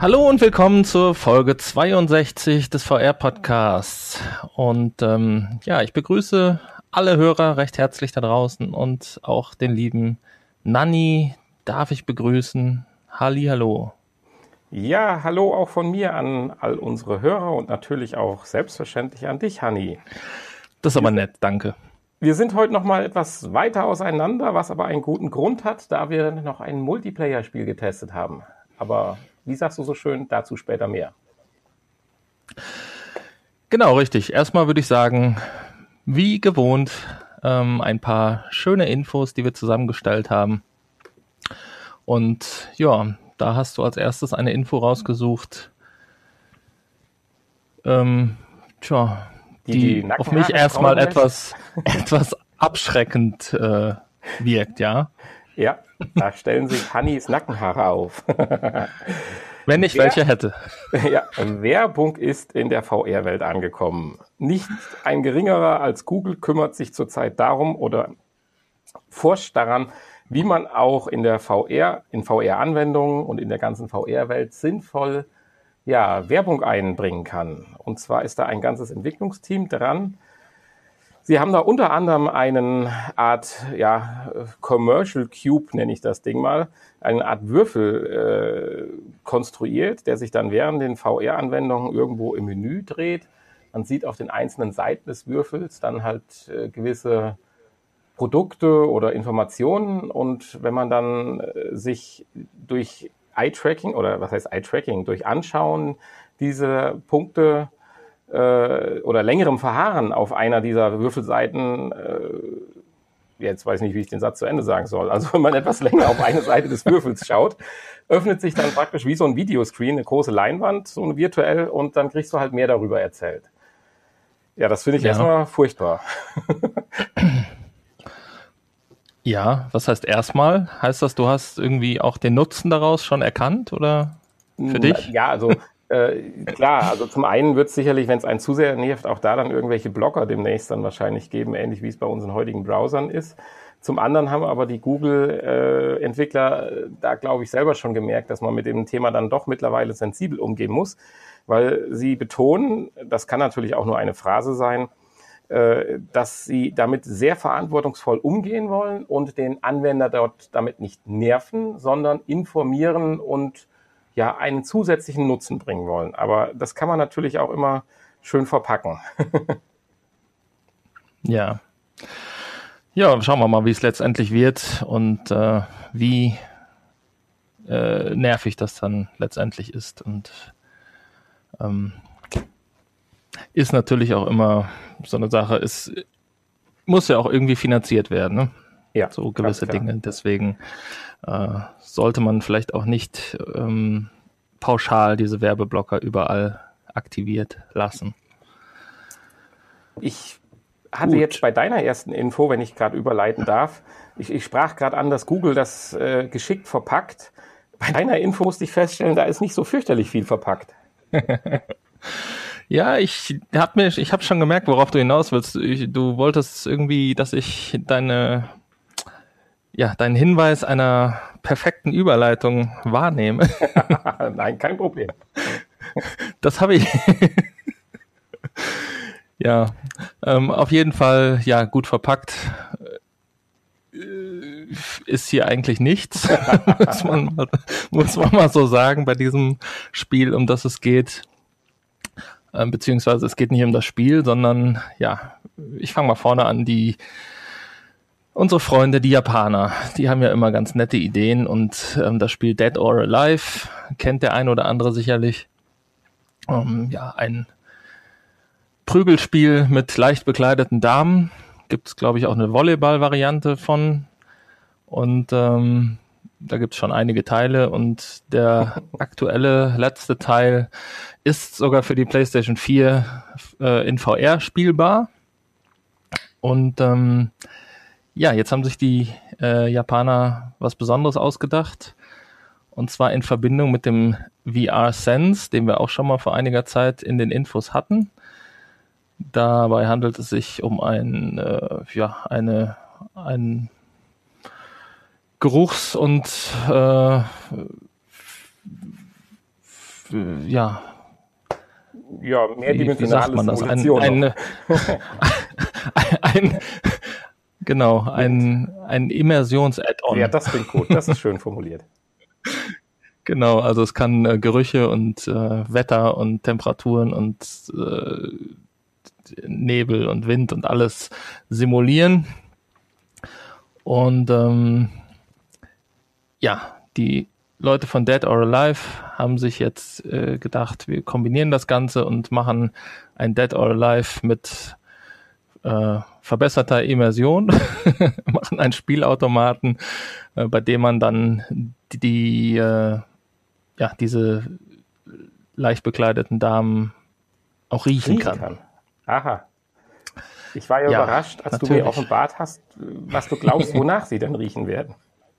Hallo und willkommen zur Folge 62 des VR-Podcasts. Und ich begrüße alle Hörer recht herzlich da draußen und auch den lieben Nanni darf ich begrüßen. Hallihallo. Ja, hallo auch von mir an all unsere Hörer und natürlich auch selbstverständlich an dich, Hanni. Das ist aber nett, danke. Wir sind heute noch mal etwas weiter auseinander, was aber einen guten Grund hat, da wir noch ein Multiplayer-Spiel getestet haben. Aber wie sagst du so schön, dazu später mehr. Genau, richtig. Erstmal würde ich sagen, wie gewohnt, ein paar schöne Infos, die wir zusammengestellt haben. Und ja, da hast du als erstes eine Info rausgesucht, die auf mich erstmal etwas abschreckend wirkt, ja. Ja, da stellen sich Hannis Nackenhaare auf. Wenn ich welche hätte. Ja, Werbung ist in der VR-Welt angekommen. Nicht ein geringerer als Google kümmert sich zurzeit darum oder forscht daran, wie man auch in VR-Anwendungen und in der ganzen VR-Welt sinnvoll Werbung einbringen kann. Und zwar ist da ein ganzes Entwicklungsteam dran. Sie haben da unter anderem eine Art Commercial Cube, nenne ich das Ding mal, eine Art Würfel konstruiert, der sich dann während den VR-Anwendungen irgendwo im Menü dreht. Man sieht auf den einzelnen Seiten des Würfels dann halt gewisse Produkte oder Informationen, und wenn man dann sich durch Eye-Tracking durch Anschauen diese Punkte oder längerem Verharren auf einer dieser Würfelseiten, jetzt weiß ich nicht, wie ich den Satz zu Ende sagen soll, also wenn man etwas länger auf eine Seite des Würfels schaut, öffnet sich dann praktisch wie so ein Videoscreen, eine große Leinwand, so eine virtuell, und dann kriegst du halt mehr darüber erzählt. Ja, das finde ich erstmal furchtbar. Ja, was heißt erstmal? Heißt das, du hast irgendwie auch den Nutzen daraus schon erkannt, oder für dich? Ja, also klar, also zum einen wird es sicherlich, wenn es einen zu sehr nervt, auch da dann irgendwelche Blocker demnächst dann wahrscheinlich geben, ähnlich wie es bei unseren heutigen Browsern ist. Zum anderen haben aber die Google-Entwickler da, glaube ich, selber schon gemerkt, dass man mit dem Thema dann doch mittlerweile sensibel umgehen muss, weil sie betonen, das kann natürlich auch nur eine Phrase sein, dass sie damit sehr verantwortungsvoll umgehen wollen und den Anwender dort damit nicht nerven, sondern informieren und einen zusätzlichen Nutzen bringen wollen. Aber das kann man natürlich auch immer schön verpacken. Ja, schauen wir mal, wie es letztendlich wird und wie nervig das dann letztendlich ist. Und ist natürlich auch immer so eine Sache, es muss ja auch irgendwie finanziert werden, ne? Ja, so gewisse Dinge. Deswegen sollte man vielleicht auch nicht pauschal diese Werbeblocker überall aktiviert lassen. Ich hatte jetzt bei deiner ersten Info, wenn ich gerade überleiten darf, ich sprach gerade an, dass Google das geschickt verpackt. Bei deiner Info musste ich feststellen, da ist nicht so fürchterlich viel verpackt. Ja, ich habe schon gemerkt, worauf du hinaus willst. Du wolltest irgendwie, dass ich deinen Hinweis einer perfekten Überleitung wahrnehme. Nein, kein Problem. Das habe ich. Auf jeden Fall, gut verpackt. Ist hier eigentlich nichts, muss man mal so sagen, bei diesem Spiel, um das es geht. Beziehungsweise es geht nicht um das Spiel, sondern ich fange mal vorne an, unsere Freunde, die Japaner, die haben ja immer ganz nette Ideen, und das Spiel Dead or Alive kennt der ein oder andere sicherlich. Ein Prügelspiel mit leicht bekleideten Damen, gibt es, glaube ich, auch eine Volleyball-Variante von, und da gibt es schon einige Teile, und der aktuelle letzte Teil ist sogar für die PlayStation 4 in VR spielbar. Und jetzt haben sich die Japaner was Besonderes ausgedacht. Und zwar in Verbindung mit dem VR Sense, den wir auch schon mal vor einiger Zeit in den Infos hatten. Dabei handelt es sich um ein Geruchs- und ja, Ja, wie sagt mehrdimensionale man das? Simulation noch. Ein, genau, Mit, ein Immersions-Add-on. ja, das klingt gut. Das ist schön formuliert. Genau, also es kann Gerüche und Wetter und Temperaturen und Nebel und Wind und alles simulieren. Und ja, die Leute von Dead or Alive haben sich jetzt gedacht, wir kombinieren das Ganze und machen ein Dead or Alive mit verbesserter Immersion, machen einen Spielautomaten, bei dem man dann diese leicht bekleideten Damen auch riechen Riechen kann. kann. Aha. Ich war ja Ja, überrascht, als du natürlich. mir offenbart hast, was du glaubst, wonach sie denn riechen werden.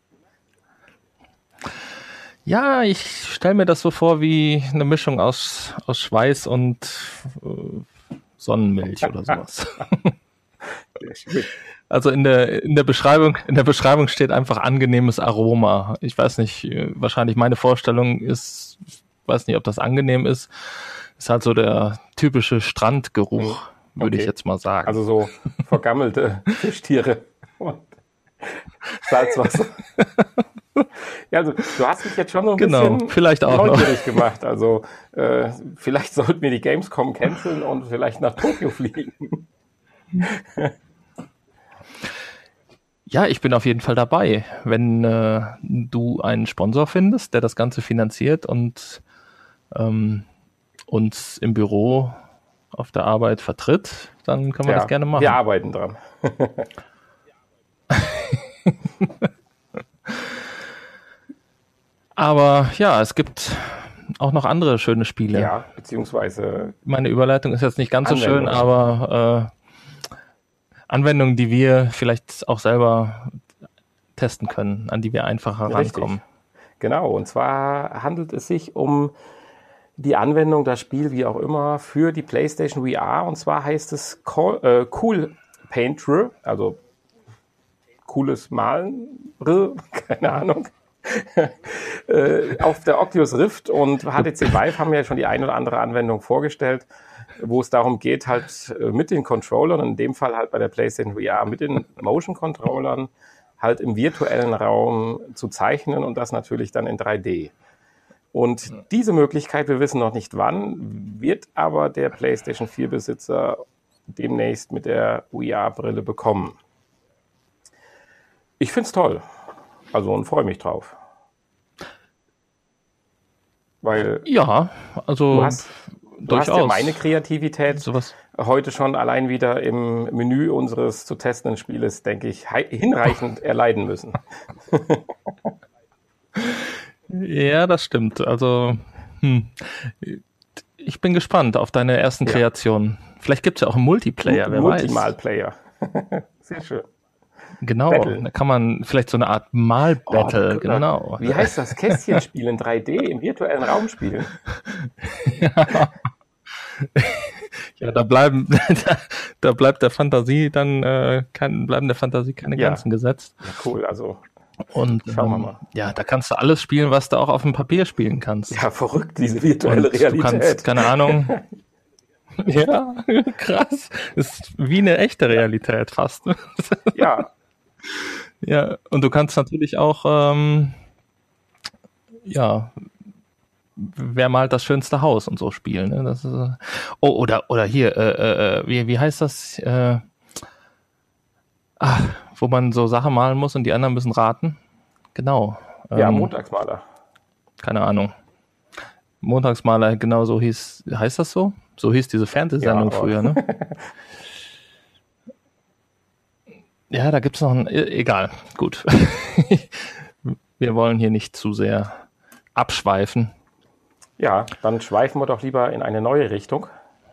Ja, ich stelle mir das so vor wie eine Mischung aus Schweiß und Sonnenmilch oder sowas. Sehr schön. Also in der Beschreibung steht einfach angenehmes Aroma. Ich weiß nicht, wahrscheinlich meine Vorstellung ist, weiß nicht, ob das angenehm ist. Ist halt so der typische Strandgeruch, würde ich Okay. jetzt mal sagen. Also so vergammelte Fischtiere und Salzwasser. Ja, also du hast mich jetzt schon so ein Genau, bisschen vielleicht auch noch. neugierig gemacht. Also vielleicht sollten wir die Gamescom canceln und vielleicht nach Tokio fliegen. Ja, ich bin auf jeden Fall dabei. Wenn du einen Sponsor findest, der das Ganze finanziert und uns im Büro auf der Arbeit vertritt, dann können wir das gerne machen. Wir arbeiten dran. Aber ja, es gibt auch noch andere schöne Spiele. Ja, beziehungsweise Meine Überleitung ist jetzt nicht ganz so schön, Anwendungen. aber Anwendungen, die wir vielleicht auch selber testen können, an die wir einfacher rankommen. Genau, und zwar handelt es sich um die Anwendung, das Spiel, wie auch immer, für die PlayStation VR. Und zwar heißt es Cool Painter, also cooles Malen, keine Ahnung. Auf der Oculus Rift und HTC Vive haben ja schon die ein oder andere Anwendung vorgestellt, wo es darum geht, halt mit den Controllern, in dem Fall halt bei der PlayStation VR mit den Motion Controllern, halt im virtuellen Raum zu zeichnen und das natürlich dann in 3D. Und diese Möglichkeit, wir wissen noch nicht wann, wird aber der PlayStation 4 Besitzer demnächst mit der VR-Brille bekommen. Ich find's toll. Also und freue mich drauf. Weil Ja, also du hast durchaus. ja meine Kreativität Sowas. heute schon allein wieder im Menü unseres zu testenden Spieles, denke ich, hinreichend erleiden müssen. Ja, das stimmt. Also, ich bin gespannt auf deine ersten Kreationen. Vielleicht gibt es ja auch einen Multiplayer, wer weiß. Multimal-Player. Sehr schön. Genau, Battle. da kann man vielleicht so eine Art Mal-Battle, genau. Wie heißt das? Kästchenspiel in 3D im virtuellen Raum spielen? Ja, da bleibt der Fantasie dann bleiben der Fantasie keine Ja. Grenzen gesetzt. Ja, cool, also Und Schauen wir mal. ja, da kannst du alles spielen, was du auch auf dem Papier spielen kannst. ja, verrückt, diese virtuelle Und du Realität. kannst, keine Ahnung. Ja, krass. Ist wie eine echte Realität fast. Ja, Ja, und du kannst natürlich auch, ja, wer malt das schönste Haus und so spielen. Ne? Das ist, oder hier, wie heißt das? Wo man so Sachen malen muss und die anderen müssen raten. Genau. ja, Montagsmaler. Keine Ahnung. Montagsmaler, genau so heißt das so? So hieß diese Fernsehsendung Ja, aber- früher, ne? Ja, da gibt's noch egal, gut. Wir wollen hier nicht zu sehr abschweifen. Ja, dann schweifen wir doch lieber in eine neue Richtung.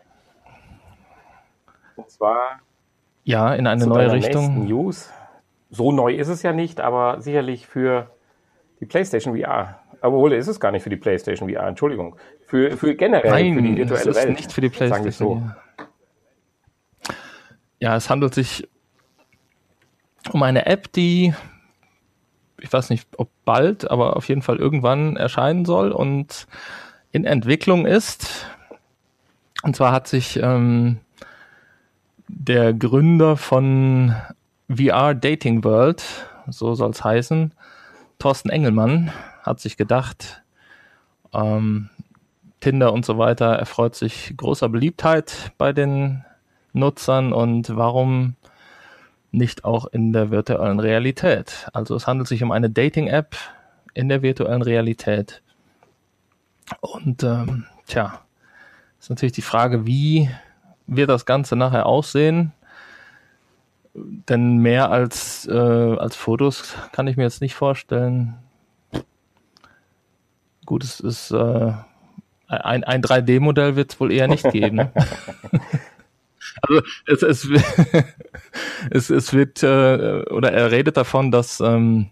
Und zwar Ja, in eine zu neue deiner nächsten Richtung. News. So neu ist es ja nicht, aber sicherlich für die PlayStation VR. Obwohl, ist es gar nicht für die PlayStation VR, Entschuldigung. Für generell, für die Nein, es virtuelle ist Welt. nicht für die Sagen wir es PlayStation. so. Ja, es handelt sich um eine App, die, ich weiß nicht, ob bald, aber auf jeden Fall irgendwann erscheinen soll und in Entwicklung ist. Und zwar hat sich der Gründer von VR Dating World, so soll es heißen, Thorsten Engelmann, hat sich gedacht, Tinder und so weiter erfreut sich großer Beliebtheit bei den Nutzern und warum nicht auch in der virtuellen Realität? Also es handelt sich um eine Dating-App in der virtuellen Realität. Und ist natürlich die Frage, wie wird das Ganze nachher aussehen? Denn mehr als Fotos kann ich mir jetzt nicht vorstellen. Gut, es ist ein 3D-Modell wird es wohl eher nicht geben. Ne? Also es wird oder er redet davon, dass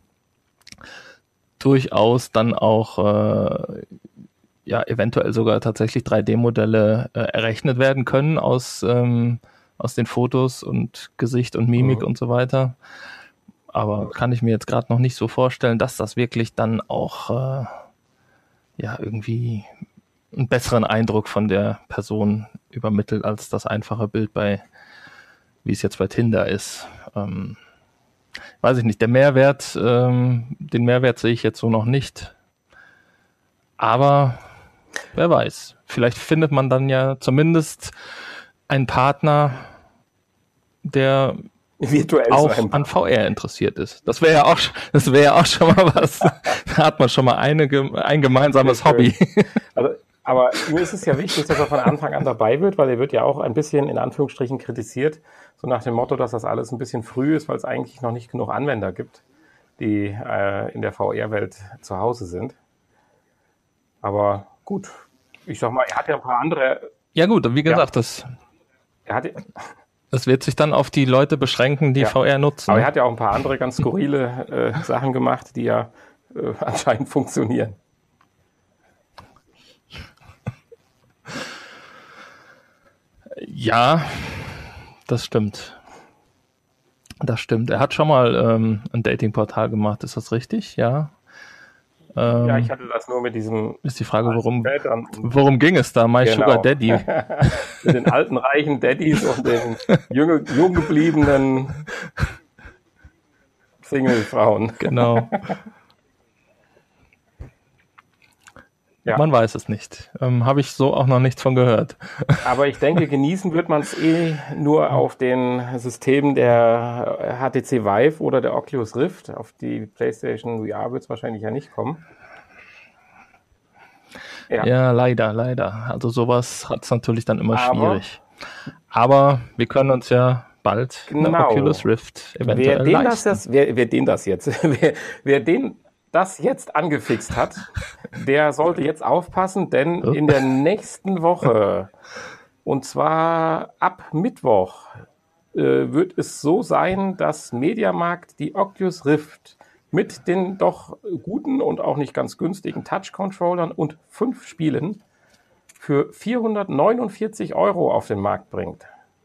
durchaus dann auch eventuell sogar tatsächlich 3D-Modelle errechnet werden können aus den Fotos und Gesicht und Mimik und so weiter. Aber kann ich mir jetzt gerade noch nicht so vorstellen, dass das wirklich dann auch irgendwie einen besseren Eindruck von der Person übermittelt als das einfache Bild wie es jetzt bei Tinder ist. Weiß ich nicht. Den Mehrwert sehe ich jetzt so noch nicht. Aber wer weiß. Vielleicht findet man dann ja zumindest einen Partner, der virtuell auch an VR interessiert ist. Das wäre ja auch schon mal was. Da hat man schon mal ein gemeinsames Hobby. Aber mir ist es ja wichtig, dass er von Anfang an dabei wird, weil er wird ja auch ein bisschen in Anführungsstrichen kritisiert, so nach dem Motto, dass das alles ein bisschen früh ist, weil es eigentlich noch nicht genug Anwender gibt, die in der VR-Welt zu Hause sind. Aber gut, ich sag mal, er hat ja ein paar andere... Ja gut, wie gesagt, das wird sich dann auf die Leute beschränken, die VR nutzen. Aber er hat ja auch ein paar andere ganz skurrile Sachen gemacht, die ja anscheinend funktionieren. Ja, das stimmt. Er hat schon mal ein Datingportal gemacht, ist das richtig? Ja. Ja, ich hatte das nur mit diesem... Ist die Frage, worum ging es da? Sugar Daddy. Mit den alten, reichen Daddys und den jung gebliebenen Single-Frauen. Genau. Ja. Man weiß es nicht. Habe ich so auch noch nichts von gehört. Aber ich denke, genießen wird man es nur auf den Systemen der HTC Vive oder der Oculus Rift. Auf die PlayStation VR wird es wahrscheinlich ja nicht kommen. Ja, leider. Also sowas hat es natürlich dann immer schwierig. Aber wir können uns ja bald eine Oculus Rift eventuell leisten. Wer das jetzt angefixt hat, der sollte jetzt aufpassen, denn in der nächsten Woche, und zwar ab Mittwoch, wird es so sein, dass MediaMarkt die Oculus Rift mit den doch guten und auch nicht ganz günstigen Touch-Controllern und 5 Spielen für 449 € auf den Markt bringt.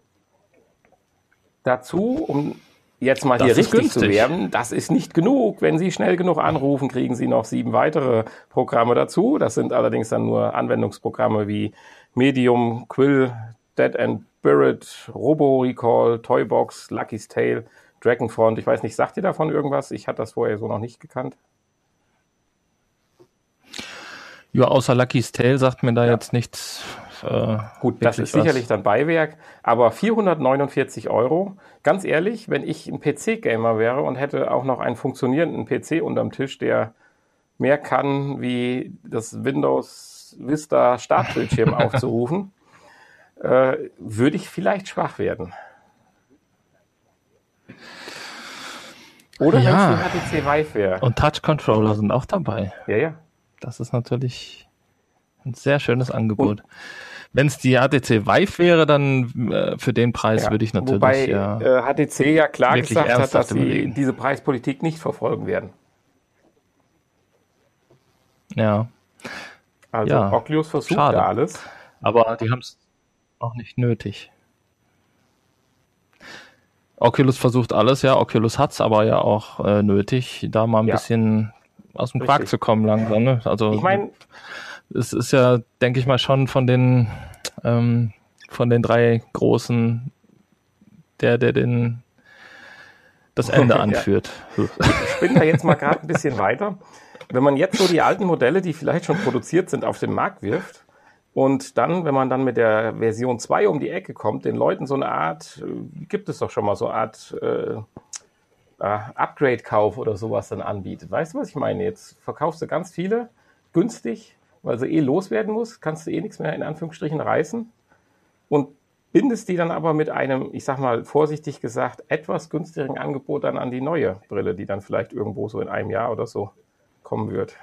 Dazu, um jetzt mal hier richtig zu werden, das ist nicht genug. Wenn Sie schnell genug anrufen, kriegen Sie noch 7 weitere Programme dazu. Das sind allerdings dann nur Anwendungsprogramme wie Medium, Quill, Dead and Buried, Robo Recall, Toybox, Lucky's Tale, Dragonfront. Ich weiß nicht, sagt ihr davon irgendwas? Ich hatte das vorher so noch nicht gekannt. Ja, außer Lucky's Tale sagt mir da jetzt nichts. Gut, das ist sicherlich dann Beiwerk, aber 449 €. Ganz ehrlich, wenn ich ein PC-Gamer wäre und hätte auch noch einen funktionierenden PC unterm Tisch, der mehr kann, wie das Windows Vista Startbildschirm aufzurufen, würde ich vielleicht schwach werden. Oder wenn es die HTC Vive wäre. Und Touch-Controller sind auch dabei. Ja. Das ist natürlich ein sehr schönes Angebot. Wenn es die HTC Vive wäre, dann für den Preis würde ich natürlich... Wobei HTC ja klar gesagt hat, dass sie diese Preispolitik nicht verfolgen werden. Ja. Also Oculus versucht ja alles. Aber die haben es auch nicht nötig. Oculus versucht alles, ja. Oculus hat es aber ja auch nötig, da mal ein bisschen aus dem Quark zu kommen langsam. Ne? Also ich meine, es ist ja, denke ich mal, schon von den 3 Großen der das Ende anführt. Ich bin da jetzt mal gerade ein bisschen weiter. Wenn man jetzt so die alten Modelle, die vielleicht schon produziert sind, auf den Markt wirft und dann, wenn man dann mit der Version 2 um die Ecke kommt, den Leuten so eine Art, gibt es doch schon mal so eine Art Upgrade-Kauf oder sowas dann anbietet. Weißt du, was ich meine? Jetzt verkaufst du ganz viele günstig, weil sie loswerden muss, kannst du nichts mehr in Anführungsstrichen reißen und bindest die dann aber mit einem, ich sag mal vorsichtig gesagt, etwas günstigeren Angebot dann an die neue Brille, die dann vielleicht irgendwo so in einem Jahr oder so kommen wird.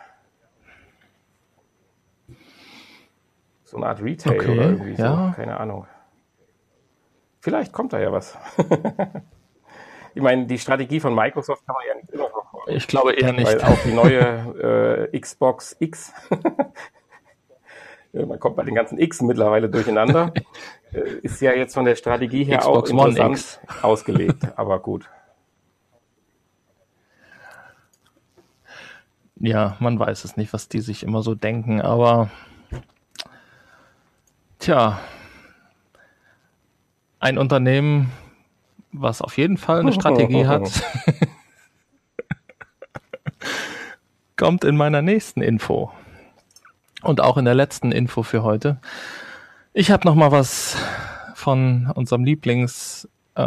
So eine Art Retail oder irgendwie so, keine Ahnung. Vielleicht kommt da ja was. Ich meine, die Strategie von Microsoft kann man ja nicht immer verfolgen. Ich glaube eher nicht. Weil auch die neue Xbox X, man kommt bei den ganzen X mittlerweile durcheinander, ist ja jetzt von der Strategie her Xbox auch interessant One X ausgelegt, aber gut. Ja, man weiß es nicht, was die sich immer so denken, aber tja, ein Unternehmen, was auf jeden Fall eine Strategie hat, kommt in meiner nächsten Info und auch in der letzten Info für heute. Ich habe noch mal was von unserem Lieblings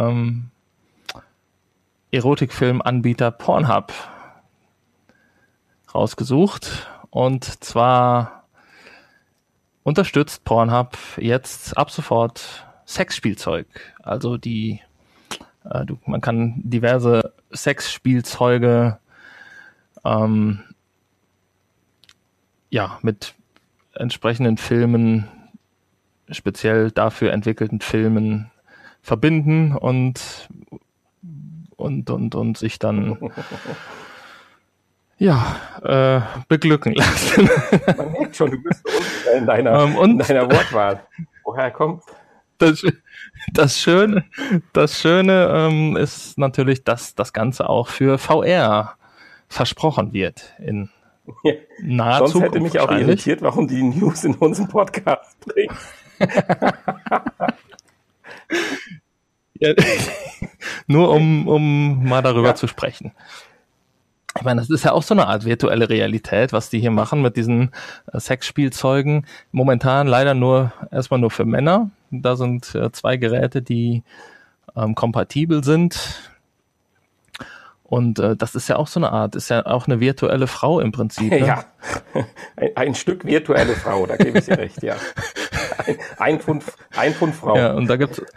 Erotikfilmanbieter Pornhub rausgesucht, und zwar unterstützt Pornhub jetzt ab sofort Sexspielzeug. Also man kann diverse Sexspielzeuge mit entsprechenden Filmen, speziell dafür entwickelten Filmen verbinden und sich dann beglücken lassen. Man merkt schon, du bist unsicher in deiner Wortwahl. Woher kommt? Das Schöne ist natürlich, dass das Ganze auch für VR versprochen wird in naher Sonst Zukunft. Hätte mich auch irritiert, warum die News in unseren Podcast bringen. Ja, nur um mal darüber zu sprechen. Ich meine, das ist ja auch so eine Art virtuelle Realität, was die hier machen mit diesen Sexspielzeugen. Momentan leider erstmal nur für Männer. Da sind 2 Geräte, die kompatibel sind. Und das ist ja auch so eine Art, ist ja auch eine virtuelle Frau im Prinzip. Ne? Ja, ein Stück virtuelle Frau, da gebe ich dir recht, ja. Ein Pfund Frau. Ja, und da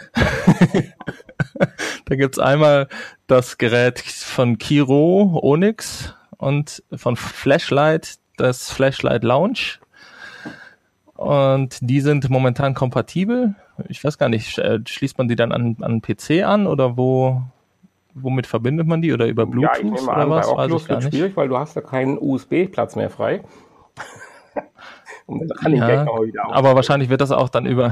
gibt's einmal das Gerät von Kiro Onyx und von Flashlight, das Flashlight Lounge. Und die sind momentan kompatibel. Ich weiß gar nicht, schließt man die dann an einen PC an oder womit verbindet man die? Oder über Bluetooth? Ja, ich nehme oder an, was? bei Oculus wird schwierig, weil du hast da keinen USB-Platz mehr frei. Aber wahrscheinlich wird das auch dann über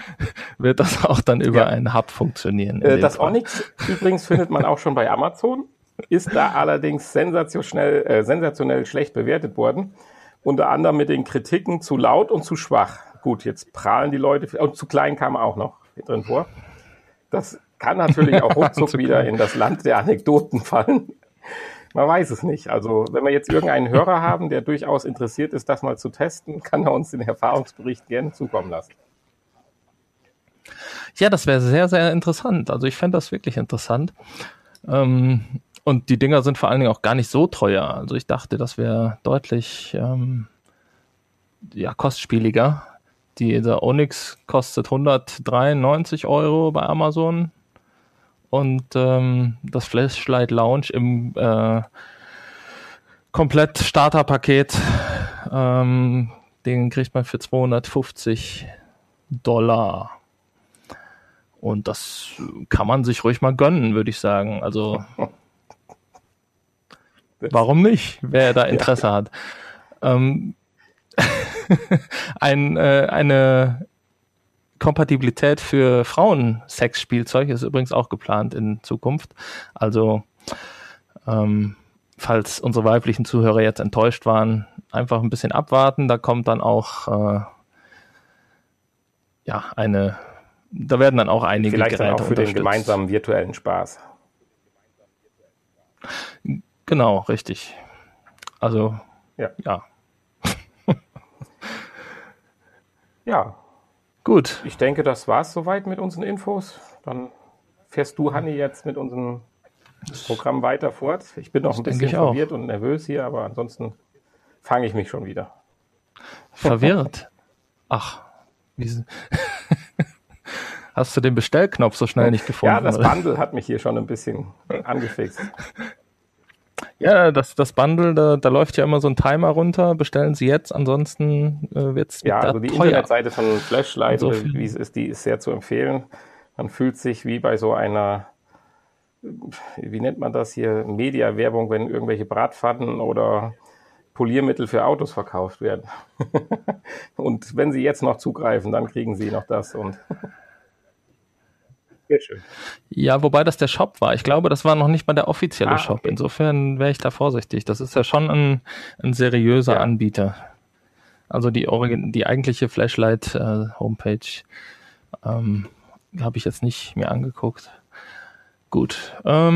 einen Hub funktionieren. Das Onyx übrigens findet man auch schon bei Amazon, ist da allerdings sensationell schlecht bewertet worden. Unter anderem mit den Kritiken zu laut und zu schwach. Gut, jetzt prahlen die Leute, und zu klein kam auch noch drin vor. Das kann natürlich auch ruckzuck wieder in das Land der Anekdoten fallen. Man weiß es nicht. Also wenn wir jetzt irgendeinen Hörer haben, der durchaus interessiert ist, das mal zu testen, kann er uns den Erfahrungsbericht gerne zukommen lassen. Ja, das wäre sehr, sehr interessant. Also ich fände das wirklich interessant. Und die Dinger sind vor allen Dingen auch gar nicht so teuer. Also ich dachte, das wäre deutlich kostspieliger. Der Onyx kostet 193 € bei Amazon. Und das Flashlight Lounge im komplett Starterpaket, den kriegt man für $250. Und das kann man sich ruhig mal gönnen, würde ich sagen. Also warum nicht, wer da Interesse hat. Eine Kompatibilität für Frauen-Sexspielzeug ist übrigens auch geplant in Zukunft. Also falls unsere weiblichen Zuhörer jetzt enttäuscht waren, einfach ein bisschen abwarten. Da kommt dann auch da werden dann auch einige Vielleicht Geräte dann auch für den unterstützt. gemeinsamen virtuellen Spaß. Genau, richtig. Also, Ja. ja. Ja, Gut. ich denke, das war's soweit mit unseren Infos. Dann fährst du, Hanni, jetzt mit unserem Programm weiter fort. Ich bin noch ein denke bisschen ich auch. verwirrt und nervös hier, aber ansonsten fange ich mich schon wieder. Verwirrt. Ach, hast du den Bestellknopf so schnell nicht gefunden? Ja, das oder? Bundle hat mich hier schon ein bisschen angefixt. Ja, das Bundle, da läuft ja immer so ein Timer runter. Bestellen Sie jetzt, ansonsten wird's Ja, also die teuer. Internetseite von Flashlight, So viel. wie es ist, die ist sehr zu empfehlen. Man fühlt sich wie bei so einer, wie nennt man das hier, Media-Werbung, wenn irgendwelche Bratpfannen oder Poliermittel für Autos verkauft werden. Und wenn Sie jetzt noch zugreifen, dann kriegen Sie noch das und sehr schön. Ja, wobei das der Shop war. Ich glaube, das war noch nicht mal der offizielle Shop. Okay. Insofern wäre ich da vorsichtig. Das ist ja schon ein seriöser Ja. Anbieter. Also die eigentliche Flashlight-Homepage habe ich jetzt nicht mir angeguckt. Gut.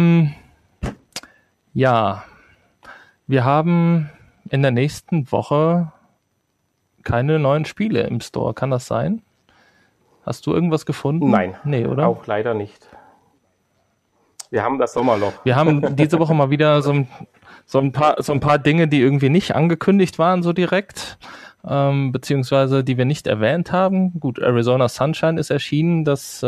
Ja, wir haben in der nächsten Woche keine neuen Spiele im Store. Kann das sein? Hast du irgendwas gefunden? Nein, Nee, oder? auch leider nicht. Wir haben das Sommerloch. Wir haben diese Woche mal wieder so ein paar Dinge, die irgendwie nicht angekündigt waren, so direkt, beziehungsweise die wir nicht erwähnt haben. Gut, Arizona Sunshine ist erschienen, das,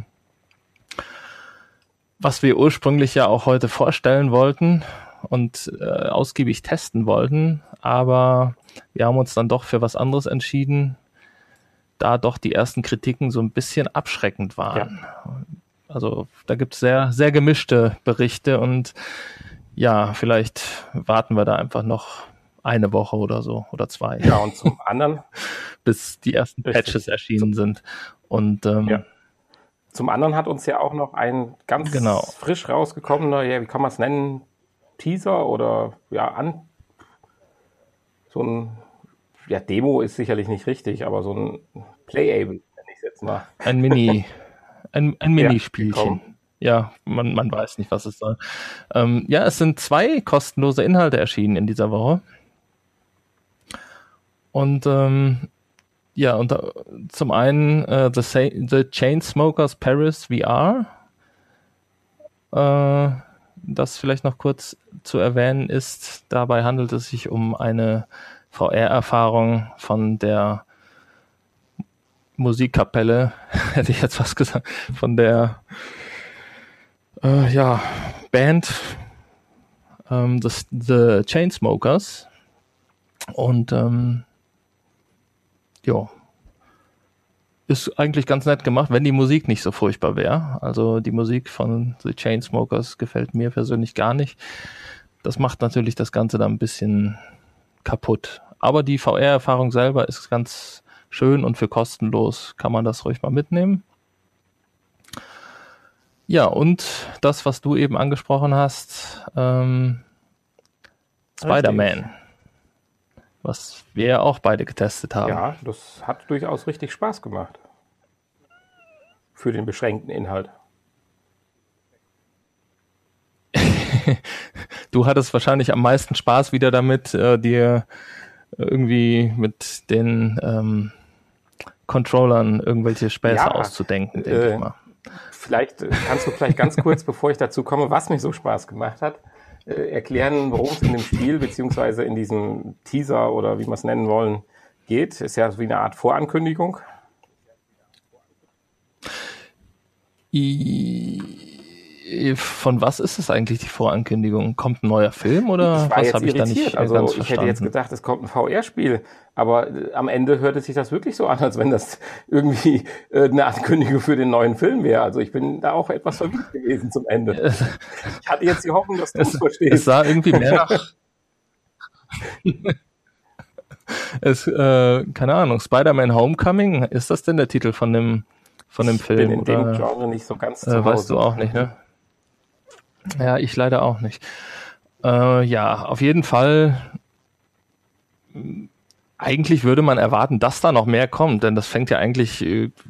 was wir ursprünglich ja auch heute vorstellen wollten und ausgiebig testen wollten, aber wir haben uns dann doch für was anderes entschieden, da doch die ersten Kritiken so ein bisschen abschreckend waren. Ja. Also da gibt es sehr, sehr gemischte Berichte und ja, vielleicht warten wir da einfach noch eine Woche oder so oder 2. Ja, und zum anderen, bis die ersten Patches erschienen sind. Und ja. Zum anderen hat uns ja auch noch ein ganz frisch rausgekommener, ja, wie kann man es nennen, Teaser oder ja, so ein, ja, Demo ist sicherlich nicht richtig, aber so ein Playable, nenne ich es jetzt mal. Ein Minispielchen. Ja, man weiß nicht, was es soll. Ja, es sind 2 kostenlose Inhalte erschienen in dieser Woche. Und ja, und zum einen The Chainsmokers Paris VR. Das vielleicht noch kurz zu erwähnen ist, dabei handelt es sich um eine VR-Erfahrung von der Musikkapelle, hätte ich jetzt fast gesagt, von der Band The Chainsmokers. Und ist eigentlich ganz nett gemacht, wenn die Musik nicht so furchtbar wäre. Also die Musik von The Chainsmokers gefällt mir persönlich gar nicht. Das macht natürlich das Ganze dann ein bisschen kaputt. Aber die VR-Erfahrung selber ist ganz schön und für kostenlos kann man das ruhig mal mitnehmen. Ja, und das, was du eben angesprochen hast, Spider-Man, was wir ja auch beide getestet haben. Ja, das hat durchaus richtig Spaß gemacht. Für den beschränkten Inhalt. Du hattest wahrscheinlich am meisten Spaß wieder damit, dir irgendwie mit den Controllern irgendwelche Späße auszudenken, denke ich mal. Vielleicht kannst du vielleicht ganz kurz, bevor ich dazu komme, was mich so Spaß gemacht hat, erklären, worum es in dem Spiel beziehungsweise in diesem Teaser oder wie wir es nennen wollen geht. Ist ja wie eine Art Vorankündigung. Von was ist es eigentlich, die Vorankündigung? Kommt ein neuer Film oder was habe ich da nicht also ganz ich verstanden? hätte jetzt gedacht, es kommt ein VR-Spiel, aber am Ende hörte sich das wirklich so an, als wenn das irgendwie eine Ankündigung für den neuen Film wäre. Also ich bin da auch etwas verwirrt gewesen zum Ende. Ich hatte jetzt die Hoffnung, dass du es verstehst. Es sah irgendwie mehr nach keine Ahnung, Spider-Man Homecoming, ist das denn der Titel von dem Film? Ich bin in dem Genre nicht so ganz zu Hause. Weißt du auch nicht, ne? Ja, ich leider auch nicht. Ja, auf jeden Fall eigentlich würde man erwarten, dass da noch mehr kommt, denn das fängt ja eigentlich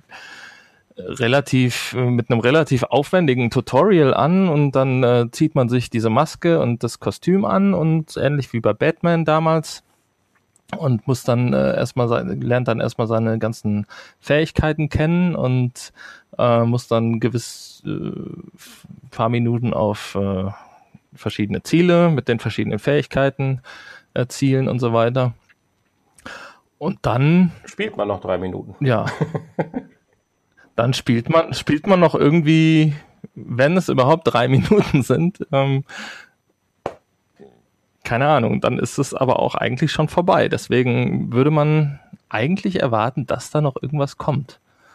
mit einem relativ aufwendigen Tutorial an und dann zieht man sich diese Maske und das Kostüm an und ähnlich wie bei Batman damals und muss dann lernt dann erstmal seine ganzen Fähigkeiten kennen und muss dann gewiss paar Minuten auf verschiedene Ziele mit den verschiedenen Fähigkeiten zielen und so weiter. Und dann spielt man noch 3 Minuten. Ja. Dann spielt man noch irgendwie, wenn es überhaupt 3 Minuten sind, keine Ahnung, dann ist es aber auch eigentlich schon vorbei. Deswegen würde man eigentlich erwarten, dass da noch irgendwas kommt.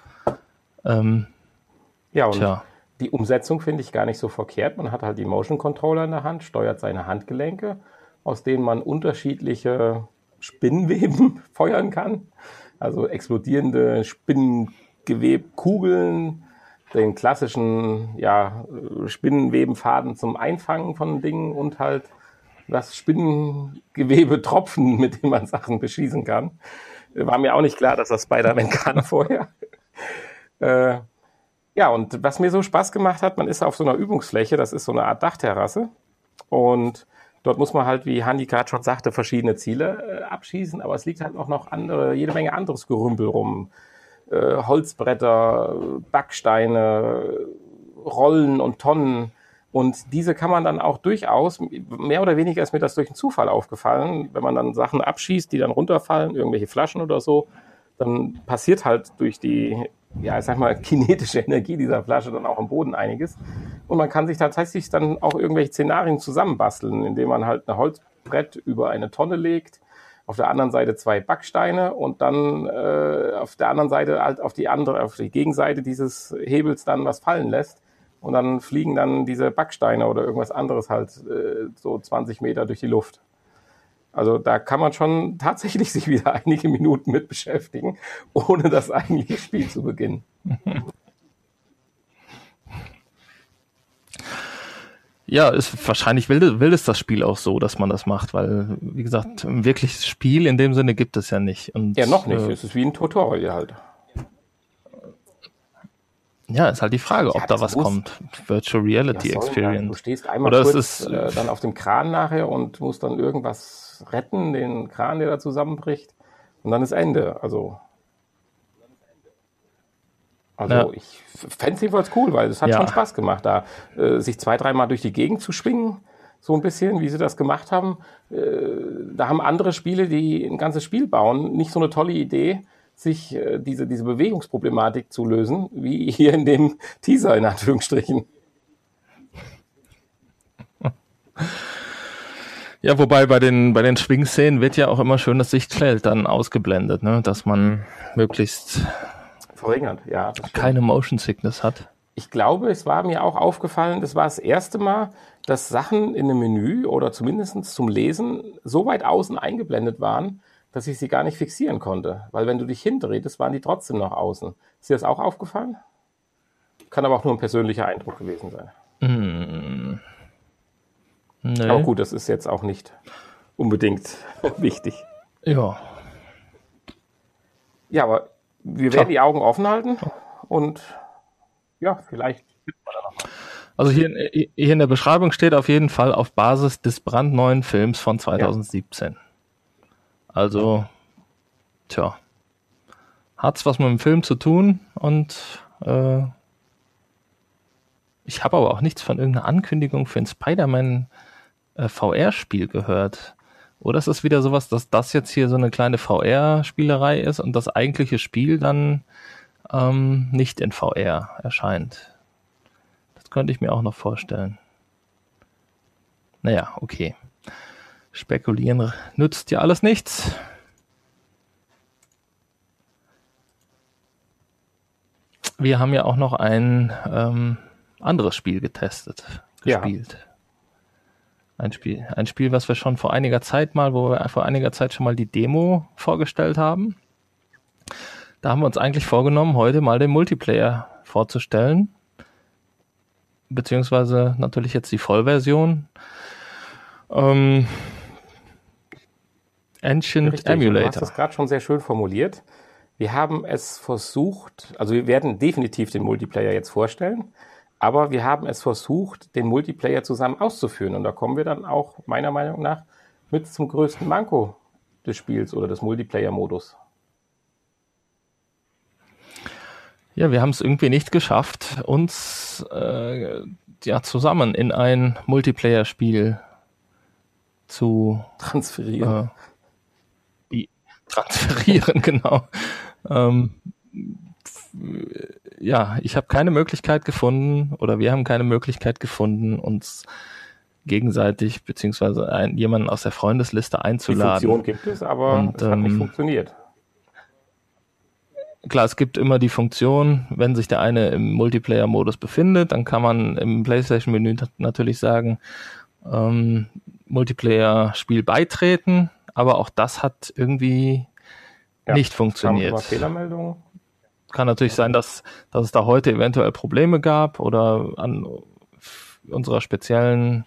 Ja, und die Umsetzung finde ich gar nicht so verkehrt. Man hat halt die Motion Controller in der Hand, steuert seine Handgelenke, aus denen man unterschiedliche Spinnenweben feuern kann. Also explodierende Spinnengewebkugeln, den klassischen Spinnenwebenfaden zum Einfangen von Dingen und halt das Spinnengewebe-Tropfen, mit dem man Sachen beschießen kann. War mir auch nicht klar, dass das Spider-Man kann vorher. Ja, und was mir so Spaß gemacht hat, man ist auf so einer Übungsfläche, das ist so eine Art Dachterrasse und dort muss man halt, wie Hanni gerade schon sagte, verschiedene Ziele abschießen, aber es liegt halt auch noch jede Menge anderes Gerümpel rum. Holzbretter, Backsteine, Rollen und Tonnen. Und diese kann man dann auch durchaus, mehr oder weniger ist mir das durch einen Zufall aufgefallen, wenn man dann Sachen abschießt, die dann runterfallen, irgendwelche Flaschen oder so, dann passiert halt durch die, ich sag mal, kinetische Energie dieser Flasche dann auch am Boden einiges. Und man kann sich tatsächlich dann auch irgendwelche Szenarien zusammenbasteln, indem man halt ein Holzbrett über eine Tonne legt, auf der anderen Seite 2 Backsteine und dann auf der anderen Seite halt auf die Gegenseite dieses Hebels dann was fallen lässt. Und dann fliegen dann diese Backsteine oder irgendwas anderes halt so 20 Meter durch die Luft. Also da kann man schon tatsächlich sich wieder einige Minuten mit beschäftigen, ohne das eigentliche Spiel zu beginnen. Ja, wahrscheinlich will es das Spiel auch so, dass man das macht, weil, wie gesagt, ein wirkliches Spiel in dem Sinne gibt es ja nicht. Und, ja, noch nicht. Es ist wie ein Tutorial halt. Ja, ist halt die Frage, ob da was kommt. Virtual Reality Experience. Du stehst einmal oder kurz dann auf dem Kran nachher und musst dann irgendwas retten, den Kran, der da zusammenbricht. Und dann ist Ende. Also ich fände es jedenfalls cool, weil es hat schon Spaß gemacht, da sich 2-3 Mal durch die Gegend zu schwingen. So ein bisschen, wie sie das gemacht haben. Da haben andere Spiele, die ein ganzes Spiel bauen, nicht so eine tolle Idee, sich diese Bewegungsproblematik zu lösen, wie hier in dem Teaser in Anführungsstrichen. Ja, wobei bei den Schwingszenen wird ja auch immer schön das Sichtfeld dann ausgeblendet, ne? Dass man möglichst verringert, ja. Keine Motion Sickness hat. Ich glaube, es war mir auch aufgefallen, das war das erste Mal, dass Sachen in einem Menü oder zumindest zum Lesen so weit außen eingeblendet waren, dass ich sie gar nicht fixieren konnte. Weil wenn du dich hindrehtest, waren die trotzdem noch außen. Ist dir das auch aufgefallen? Kann aber auch nur ein persönlicher Eindruck gewesen sein. Nee. Aber gut, das ist jetzt auch nicht unbedingt wichtig. Ja. Ja, aber wir werden die Augen offen halten und vielleicht findet man da noch was. Also hier in der Beschreibung steht auf jeden Fall auf Basis des brandneuen Films von 2017. Ja. Also, hat's was mit dem Film zu tun und ich habe aber auch nichts von irgendeiner Ankündigung für ein Spider-Man VR-Spiel gehört. Oder ist es wieder sowas, dass das jetzt hier so eine kleine VR-Spielerei ist und das eigentliche Spiel dann nicht in VR erscheint? Das könnte ich mir auch noch vorstellen. Naja, okay. Spekulieren nützt ja alles nichts. Wir haben ja auch noch ein anderes Spiel gespielt. Ja. Ein Spiel, was wir schon vor einiger Zeit schon mal die Demo vorgestellt haben. Da haben wir uns eigentlich vorgenommen, heute mal den Multiplayer vorzustellen. Beziehungsweise natürlich jetzt die Vollversion. Ancient Richtig, und du hast Emulator. das gerade schon sehr schön formuliert. Wir haben es versucht, also wir werden definitiv den Multiplayer jetzt vorstellen, aber wir haben es versucht, den Multiplayer zusammen auszuführen. Und da kommen wir dann auch meiner Meinung nach mit zum größten Manko des Spiels oder des Multiplayer-Modus. Ja, wir haben es irgendwie nicht geschafft, uns ja, zusammen in ein Multiplayer-Spiel zu Transferieren. transferieren, genau. Ähm, ja, ich habe keine Möglichkeit gefunden oder wir haben keine Möglichkeit gefunden, uns gegenseitig beziehungsweise jemanden aus der Freundesliste Die einzuladen. Funktion gibt es, aber Und es hat nicht funktioniert. klar, es gibt immer die Funktion, wenn sich der eine im Multiplayer-Modus befindet, dann kann man im PlayStation-Menü natürlich sagen, Multiplayer-Spiel beitreten, aber auch das hat irgendwie nicht Kamen funktioniert. immer Fehlermeldungen. Kann natürlich sein, dass es da heute eventuell Probleme gab oder an unserer speziellen,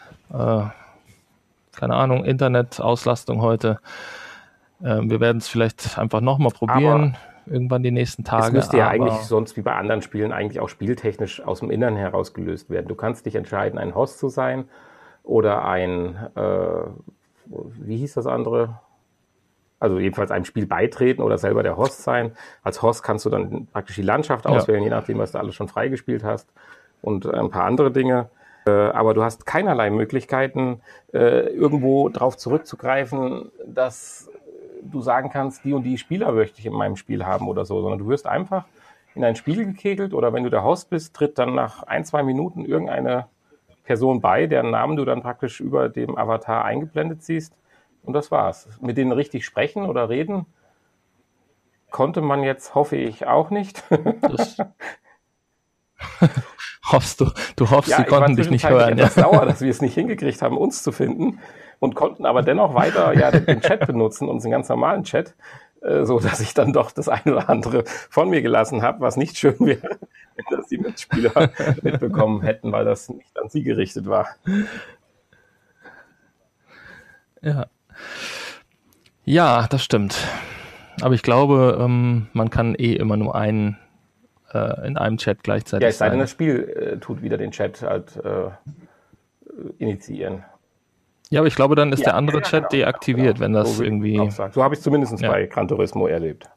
keine Ahnung, Internetauslastung heute. Wir werden es vielleicht einfach nochmal probieren, irgendwann die nächsten Tage. Es müsste ja eigentlich sonst wie bei anderen Spielen eigentlich auch spieltechnisch aus dem Innern heraus gelöst werden. Du kannst dich entscheiden, ein Host zu sein oder wie hieß das andere? Also jedenfalls einem Spiel beitreten oder selber der Host sein. Als Host kannst du dann praktisch die Landschaft auswählen, je nachdem, was du alles schon freigespielt hast und ein paar andere Dinge. Aber du hast keinerlei Möglichkeiten, irgendwo drauf zurückzugreifen, dass du sagen kannst, die und die Spieler möchte ich in meinem Spiel haben oder so, sondern du wirst einfach in ein Spiel gekegelt oder wenn du der Host bist, tritt dann nach 1-2 Minuten irgendeine Person bei, deren Namen du dann praktisch über dem Avatar eingeblendet siehst. Und das war's. Mit denen richtig sprechen oder reden konnte man jetzt, hoffe ich, auch nicht. Hoffst du? Du hoffst, sie konnten dich nicht hören. Ich war etwas sauer, dass wir es nicht hingekriegt haben, uns zu finden und konnten aber dennoch weiter den Chat benutzen, unseren ganz normalen Chat, so dass ich dann doch das eine oder andere von mir gelassen habe, was nicht schön wäre, wenn das die Mitspieler mitbekommen hätten, weil das nicht an sie gerichtet war. Ja, das stimmt. Aber ich glaube, man kann immer nur einen in einem Chat gleichzeitig Ja, es sei denn, sein. das Spiel tut wieder den Chat halt initiieren. Ja, aber ich glaube, dann ist der andere Chat deaktiviert, wenn das So irgendwie... So habe ich es zumindest bei Gran Turismo erlebt.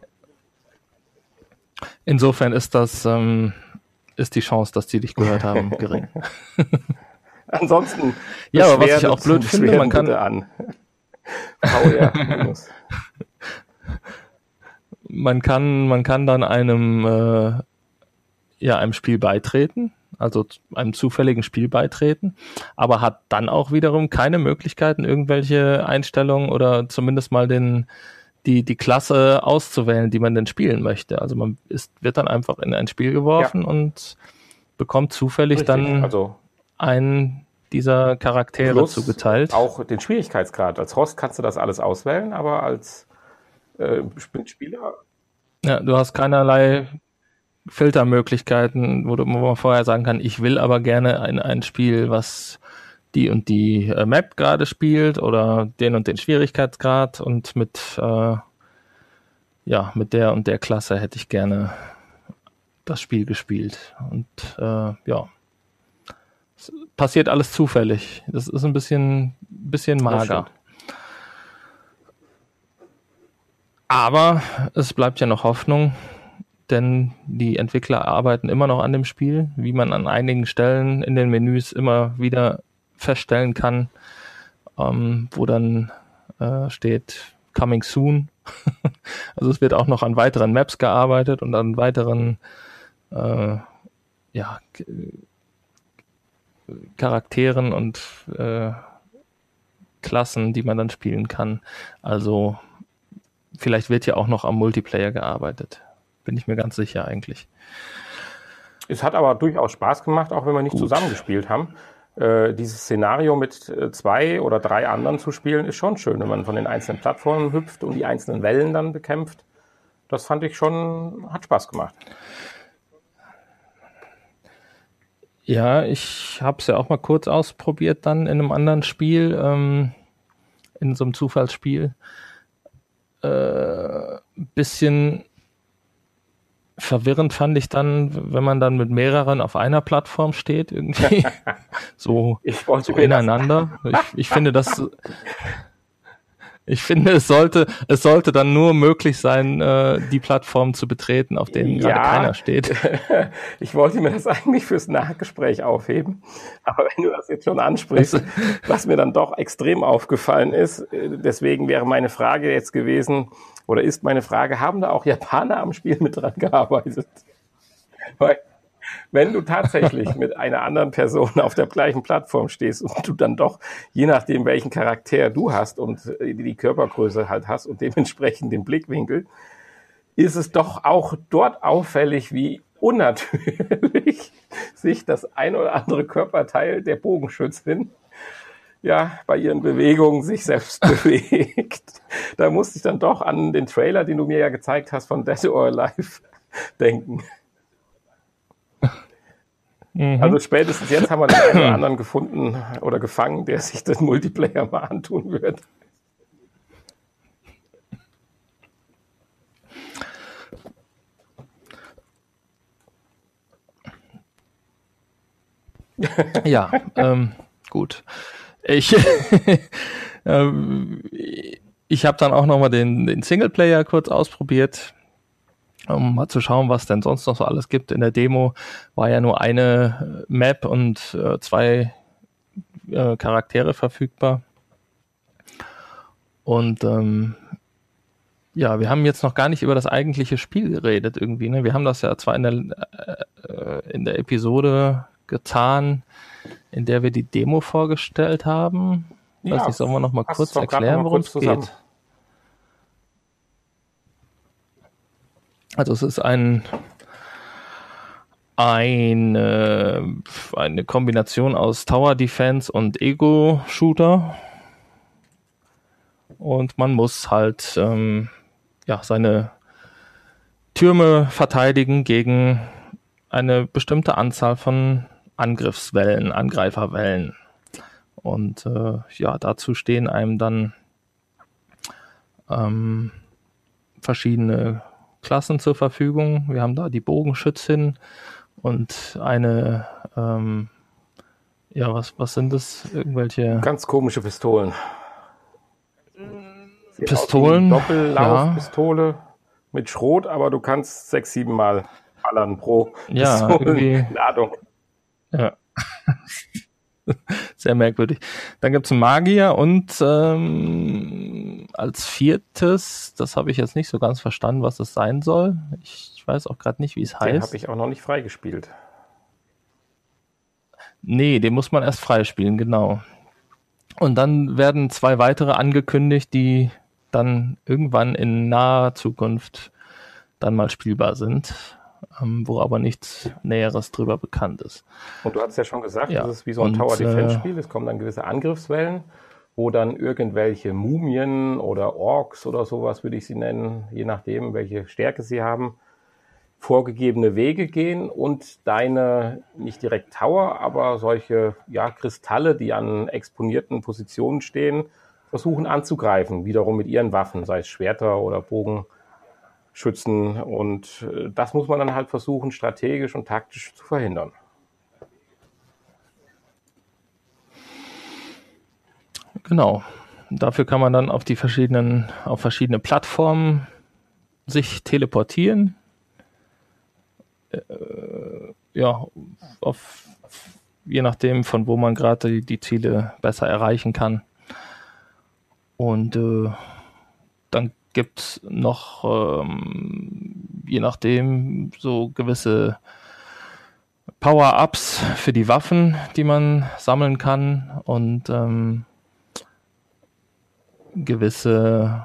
Insofern ist die Chance, dass die dich gehört haben, gering. Ansonsten ja, aber was ich auch blöd finde, man kann... Man kann dann einem Spiel beitreten, also einem zufälligen Spiel beitreten, aber hat dann auch wiederum keine Möglichkeiten, irgendwelche Einstellungen oder zumindest mal die Klasse auszuwählen, die man denn spielen möchte. Also man wird dann einfach in ein Spiel geworfen und bekommt zufällig dann einen dieser Charaktere zugeteilt. Auch den Schwierigkeitsgrad. Als Host kannst du das alles auswählen, aber als Spieler... Ja, du hast keinerlei Filtermöglichkeiten, wo man vorher sagen kann, ich will aber gerne ein Spiel, was die und die Map gerade spielt oder den und den Schwierigkeitsgrad und mit der und der Klasse hätte ich gerne das Spiel gespielt. Und es passiert alles zufällig. Das ist ein bisschen mager. Aber es bleibt ja noch Hoffnung, denn die Entwickler arbeiten immer noch an dem Spiel, wie man an einigen Stellen in den Menüs immer wieder feststellen kann, wo dann steht Coming Soon. Also es wird auch noch an weiteren Maps gearbeitet und an weiteren Charakteren und Klassen, die man dann spielen kann. Also vielleicht wird ja auch noch am Multiplayer gearbeitet. Bin ich mir ganz sicher eigentlich. Es hat aber durchaus Spaß gemacht, auch wenn wir nicht zusammengespielt haben. Dieses Szenario mit 2 oder 3 anderen zu spielen, ist schon schön, wenn man von den einzelnen Plattformen hüpft und die einzelnen Wellen dann bekämpft. Das fand ich schon, hat Spaß gemacht. Ja, ich habe es ja auch mal kurz ausprobiert dann in einem anderen Spiel. in so einem Zufallsspiel. Bisschen verwirrend fand ich dann, wenn man dann mit mehreren auf einer Plattform steht, irgendwie so ineinander. Ich finde, es sollte dann nur möglich sein, die Plattform zu betreten, auf denen gerade keiner steht. Ich wollte mir das eigentlich fürs Nachgespräch aufheben, aber wenn du das jetzt schon ansprichst, was mir dann doch extrem aufgefallen ist, deswegen wäre meine Frage jetzt gewesen, oder ist meine Frage, haben da auch Japaner am Spiel mit dran gearbeitet? Weil wenn du tatsächlich mit einer anderen Person auf der gleichen Plattform stehst und du dann doch, je nachdem welchen Charakter du hast und die Körpergröße halt hast und dementsprechend den Blickwinkel, ist es doch auch dort auffällig, wie unnatürlich sich das ein oder andere Körperteil der Bogenschützin bei ihren Bewegungen sich selbst bewegt. Da musste ich dann doch an den Trailer, den du mir ja gezeigt hast von Dead or Alive, denken. Also spätestens jetzt haben wir den einen oder anderen gefunden oder gefangen, der sich den Multiplayer mal antun wird. Ja, gut. Ich habe dann auch nochmal den Singleplayer kurz ausprobiert, um mal zu schauen, was denn sonst noch so alles gibt. In der Demo war ja nur eine Map und 2 Charaktere verfügbar. Und wir haben jetzt noch gar nicht über das eigentliche Spiel geredet irgendwie. Ne? Wir haben das ja zwar in der Episode getan, in der wir die Demo vorgestellt haben. Weiß nicht, sollen wir noch mal kurz erklären, worum es geht? Also es ist eine Kombination aus Tower Defense und Ego-Shooter. Und man muss halt seine Türme verteidigen gegen eine bestimmte Anzahl von Angriffswellen, Angreiferwellen. Und dazu stehen einem dann verschiedene Klassen zur Verfügung. Wir haben da die Bogenschützin und eine, was sind das? Irgendwelche... Ganz komische Pistolen. Pistolen? Doppellaufpistole mit Schrot, aber du kannst 6, 7 Mal ballern pro Ladung. Ja. Sehr merkwürdig. Dann gibt es einen Magier und als viertes, das habe ich jetzt nicht so ganz verstanden, was es sein soll. Ich weiß auch gerade nicht, wie es heißt. Den habe ich auch noch nicht freigespielt. Nee, den muss man erst freispielen, genau. Und dann werden 2 weitere angekündigt, die dann irgendwann in naher Zukunft dann mal spielbar sind, wo aber nichts Näheres drüber bekannt ist. Und du hast ja schon gesagt, das ist wie so ein Tower-Defense-Spiel. Es kommen dann gewisse Angriffswellen, wo dann irgendwelche Mumien oder Orks oder sowas, würde ich sie nennen, je nachdem, welche Stärke sie haben, vorgegebene Wege gehen und deine, nicht direkt Tower, aber solche Kristalle, die an exponierten Positionen stehen, versuchen anzugreifen, wiederum mit ihren Waffen, sei es Schwerter oder Bogenschützen. Und das muss man dann halt versuchen, strategisch und taktisch zu verhindern. Genau. Dafür kann man dann auf verschiedene Plattformen sich teleportieren. Je nachdem, von wo man gerade die Ziele besser erreichen kann. Und dann gibt es noch, je nachdem, so gewisse Power-Ups für die Waffen, die man sammeln kann und gewisse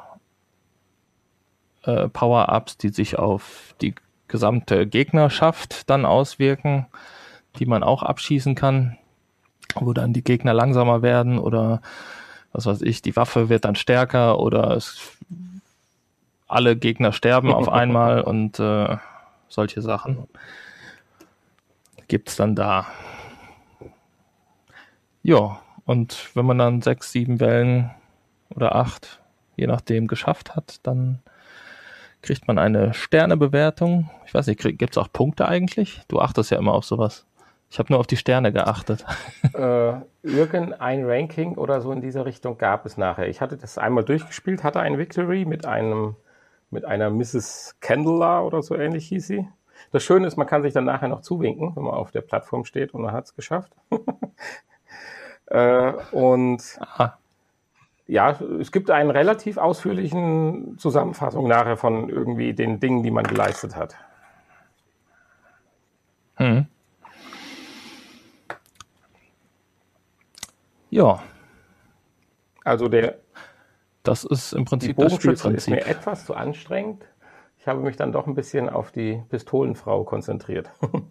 Power-Ups, die sich auf die gesamte Gegnerschaft dann auswirken, die man auch abschießen kann, wo dann die Gegner langsamer werden oder was weiß ich, die Waffe wird dann stärker oder alle Gegner sterben auf einmal und solche Sachen gibt's dann da. Ja, und wenn man dann 6, 7 Wellen oder 8, je nachdem, geschafft hat, dann kriegt man eine Sternebewertung. Ich weiß nicht, gibt es auch Punkte eigentlich? Du achtest ja immer auf sowas. Ich habe nur auf die Sterne geachtet. Irgendein Ranking oder so in dieser Richtung gab es nachher. Ich hatte das einmal durchgespielt, hatte ein Victory mit einer Mrs. Candela oder so ähnlich hieß sie. Das Schöne ist, man kann sich dann nachher noch zuwinken, wenn man auf der Plattform steht und man hat es geschafft. Und ja, es gibt einen relativ ausführlichen Zusammenfassung nachher von irgendwie den Dingen, die man geleistet hat. Ja. Also das ist im Prinzip die das Bogenschütze ist Spielprinzip. mir etwas zu anstrengend. Ich habe mich dann doch ein bisschen auf die Pistolenfrau konzentriert.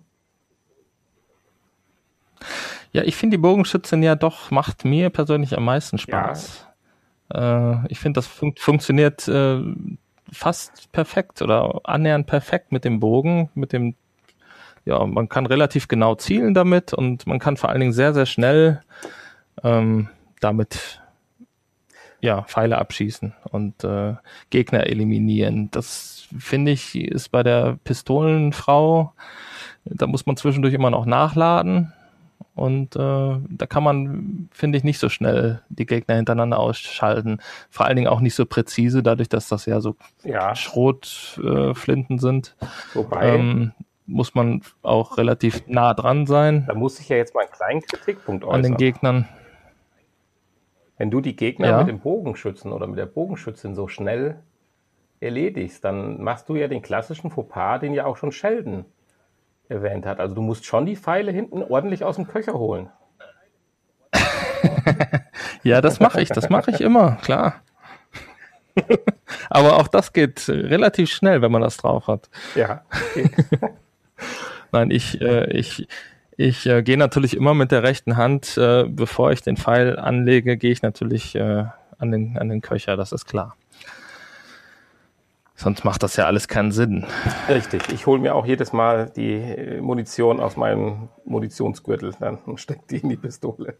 Ja, ich finde die Bogenschützin ja doch, macht mir persönlich am meisten Spaß. Ich finde, das funktioniert fast perfekt oder annähernd perfekt mit dem Bogen, man kann relativ genau zielen damit und man kann vor allen Dingen sehr, sehr schnell damit Pfeile abschießen und Gegner eliminieren. Das finde ich ist bei der Pistolenfrau, da muss man zwischendurch immer noch nachladen und da kann man, finde ich, nicht so schnell die Gegner hintereinander ausschalten. Vor allen Dingen auch nicht so präzise, dadurch, dass das ja so Schrotflinten sind. Wobei muss man auch relativ nah dran sein. Da muss ich ja jetzt mal einen kleinen Kritikpunkt äußern. An den Gegnern. Wenn du die Gegner mit dem Bogenschützen oder mit der Bogenschützin so schnell erledigst, dann machst du ja den klassischen Fauxpas, den ja auch schon Sheldon erwähnt hat. Also du musst schon die Pfeile hinten ordentlich aus dem Köcher holen. Ja, das mache ich immer, klar. Aber auch das geht relativ schnell, wenn man das drauf hat. Ja. Okay. Nein, ich gehe natürlich immer mit der rechten Hand, bevor ich den Pfeil anlege, gehe ich natürlich an den Köcher, das ist klar. Sonst macht das ja alles keinen Sinn. Richtig, ich hole mir auch jedes Mal die Munition aus meinem Munitionsgürtel dann und stecke die in die Pistole.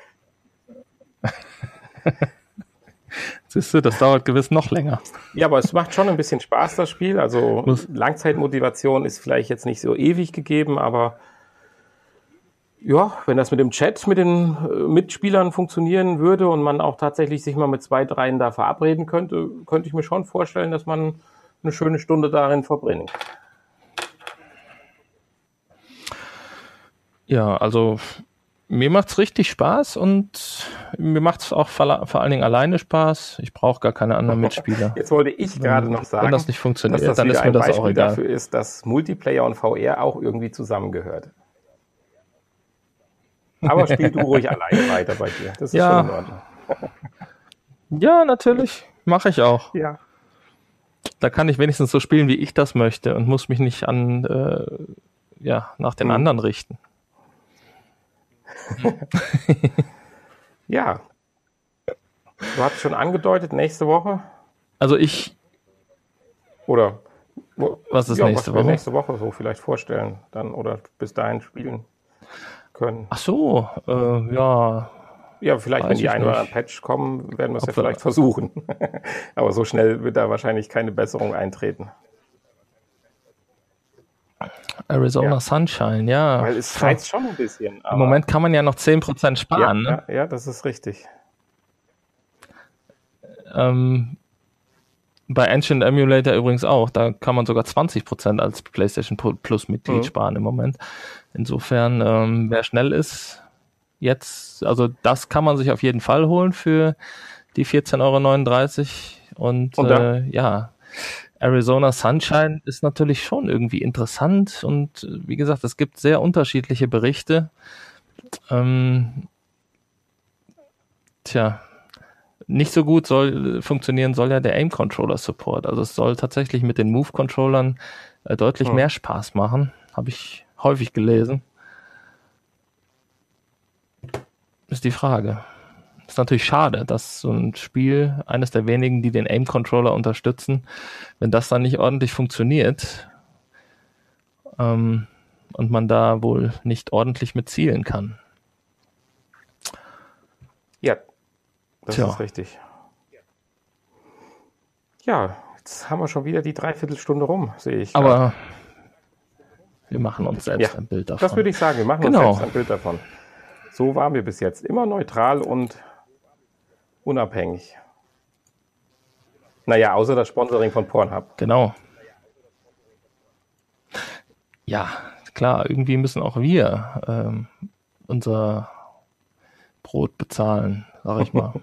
Siehst du, das dauert gewiss noch länger. Ja, aber es macht schon ein bisschen Spaß, das Spiel. Also Langzeitmotivation ist vielleicht jetzt nicht so ewig gegeben, aber ja, wenn das mit dem Chat, mit den Mitspielern funktionieren würde und man auch tatsächlich sich mal mit 2, 3 da verabreden könnte ich mir schon vorstellen, dass man eine schöne Stunde darin verbringt. Ja, also mir macht's richtig Spaß und mir macht's auch vor allen Dingen alleine Spaß. Ich brauche gar keine anderen Mitspieler. Jetzt wollte ich gerade noch sagen, wenn das nicht funktioniert, dass das dann ist mir das Beispiel auch egal. Dafür ist, dass Multiplayer und VR auch irgendwie zusammengehört. Aber spiel du ruhig alleine weiter bei dir. Das ist schon in Ordnung. Ja, natürlich. Mache ich auch. Ja. Da kann ich wenigstens so spielen, wie ich das möchte und muss mich nicht nach den anderen richten. Ja. Du hast schon angedeutet, nächste Woche? Also was ist nächste Woche? Nächste Woche so vielleicht vorstellen dann oder bis dahin spielen können. Ach so, ja. Ja, vielleicht, wenn die ein oder anderen Patch kommen, werden wir es ja vielleicht versuchen. Aber so schnell wird da wahrscheinlich keine Besserung eintreten. Arizona Sunshine, ja. Weil es reizt schon ein bisschen. Im Moment kann man ja noch 10% sparen. Ja, ja, das ist richtig. Bei Ancient Emulator übrigens auch. Da kann man sogar 20% als PlayStation Plus Mitglied sparen im Moment. Insofern, wer schnell ist, jetzt, also das kann man sich auf jeden Fall holen für die 14,39 €. Und Arizona Sunshine ist natürlich schon irgendwie interessant und wie gesagt, es gibt sehr unterschiedliche Berichte. Nicht so gut funktionieren soll ja der Aim-Controller-Support. Also es soll tatsächlich mit den Move-Controllern deutlich mehr Spaß machen. Habe ich häufig gelesen. Ist die Frage. Ist natürlich schade, dass so ein Spiel, eines der wenigen, die den Aim-Controller unterstützen, wenn das dann nicht ordentlich funktioniert und man da wohl nicht ordentlich mit zielen kann. Ja, das ist richtig. Ja, jetzt haben wir schon wieder die Dreiviertelstunde rum, sehe ich. Aber wir machen uns selbst ein Bild davon. Das würde ich sagen, wir machen uns selbst ein Bild davon. So waren wir bis jetzt. Immer neutral und unabhängig. Naja, außer das Sponsoring von Pornhub. Genau. Ja, klar, irgendwie müssen auch wir unser Brot bezahlen, sag ich mal.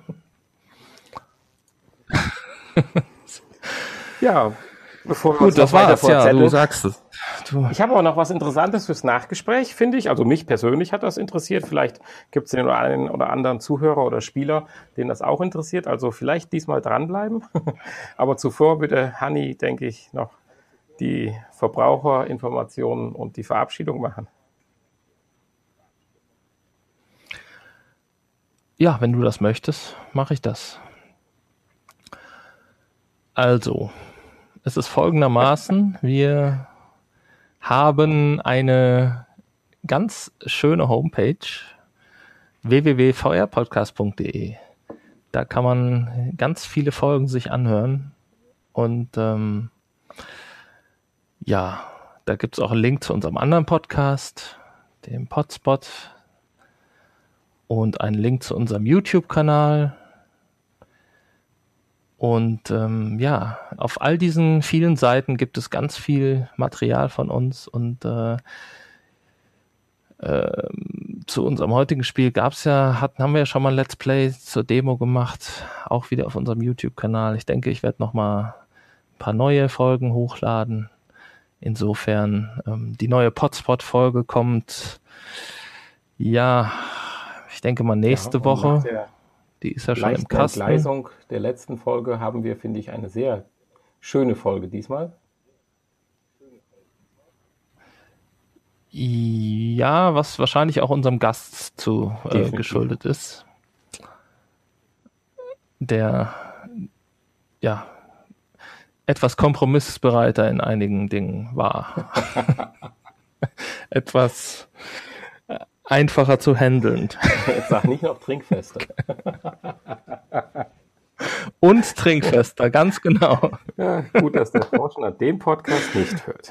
Ja, bevor wir Gut, uns das noch weiter war's, ja, vorzetteln. du sagst es. Ich habe auch noch was Interessantes fürs Nachgespräch, finde ich. Also mich persönlich hat das interessiert. Vielleicht gibt es den einen oder anderen Zuhörer oder Spieler, den das auch interessiert. Also vielleicht diesmal dranbleiben. Aber zuvor bitte Hanni, denke ich, noch die Verbraucherinformationen und die Verabschiedung machen. Ja, wenn du das möchtest, mache ich das. Also, es ist folgendermaßen, wir haben eine ganz schöne Homepage, www.vrpodcast.de. Da kann man ganz viele Folgen sich anhören und ja, da gibt es auch einen Link zu unserem anderen Podcast, dem Podspot, und einen Link zu unserem YouTube-Kanal. Und ja, auf all diesen vielen Seiten gibt es ganz viel Material von uns und zu unserem heutigen Spiel haben wir ja schon mal ein Let's Play zur Demo gemacht, auch wieder auf unserem YouTube-Kanal. Ich denke, ich werde noch mal ein paar neue Folgen hochladen. Insofern, die neue Podspot-Folge kommt, ja, ich denke mal nächste Woche. Die ist ja schon im Kasten. Nach der Entgleisung der letzten Folge haben wir, finde ich, eine sehr schöne Folge diesmal. Ja, was wahrscheinlich auch unserem Gast geschuldet ist. Der ja etwas kompromissbereiter in einigen Dingen war. Etwas einfacher zu handeln. Jetzt sag nicht noch Trinkfester. Und Trinkfester, ganz genau. Ja, gut, dass der Forschner den Podcast nicht hört.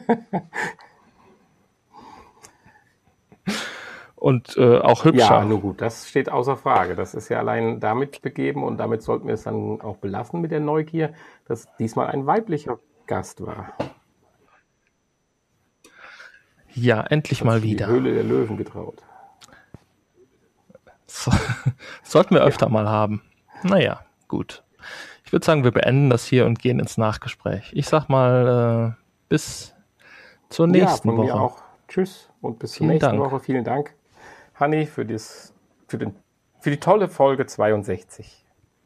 Und auch hübscher. Ja, nur gut, das steht außer Frage. Das ist ja allein damit begeben und damit sollten wir es dann auch belassen mit der Neugier, dass diesmal ein weiblicher Gast war. Ja, endlich mal wieder. Die Höhle der Löwen getraut. Sollten wir öfter mal haben. Naja, gut. Ich würde sagen, wir beenden das hier und gehen ins Nachgespräch. Ich sag mal, bis zur nächsten Woche. Mir auch. Tschüss und bis zur nächsten Woche. Vielen Dank, Hanni, für die tolle Folge 62.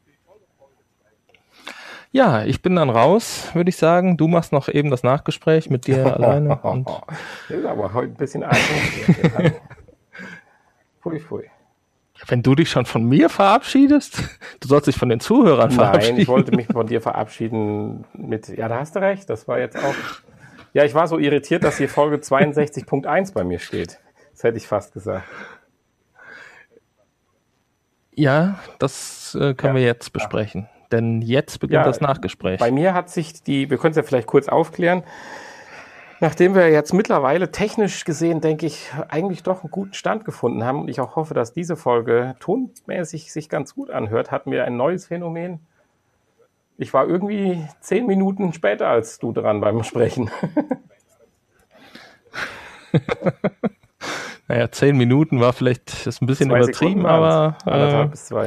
Ja, ich bin dann raus, würde ich sagen. Du machst noch eben das Nachgespräch mit dir alleine. Und das ist aber heute ein bisschen einfach. Pfui, pfui. Wenn du dich schon von mir verabschiedest, du sollst dich von den Zuhörern verabschieden. Nein, ich wollte mich von dir verabschieden ja, da hast du recht, das war jetzt auch, ja, ich war so irritiert, dass hier Folge 62.1 bei mir steht. Das hätte ich fast gesagt. Ja, das können wir jetzt besprechen. Denn jetzt beginnt das Nachgespräch. Bei mir hat sich wir können es ja vielleicht kurz aufklären, nachdem wir jetzt mittlerweile technisch gesehen, denke ich, eigentlich doch einen guten Stand gefunden haben und ich auch hoffe, dass diese Folge tonmäßig sich ganz gut anhört, hatten wir ein neues Phänomen. Ich war irgendwie 10 Minuten später als du dran beim Sprechen. Naja, 10 Minuten war vielleicht ein bisschen übertrieben, aber 1,5 bis 2.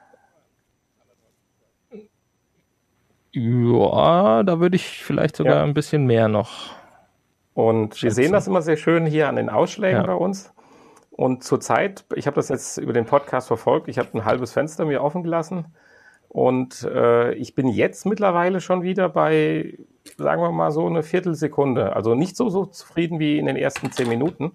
Ja, da würde ich vielleicht sogar ein bisschen mehr noch. Und wir sehen das immer sehr schön hier an den Ausschlägen bei uns. Und zurzeit, ich habe das jetzt über den Podcast verfolgt, ich habe ein halbes Fenster mir offen gelassen und ich bin jetzt mittlerweile schon wieder bei, sagen wir mal so eine Viertelsekunde. Also nicht so zufrieden wie in den ersten 10 Minuten.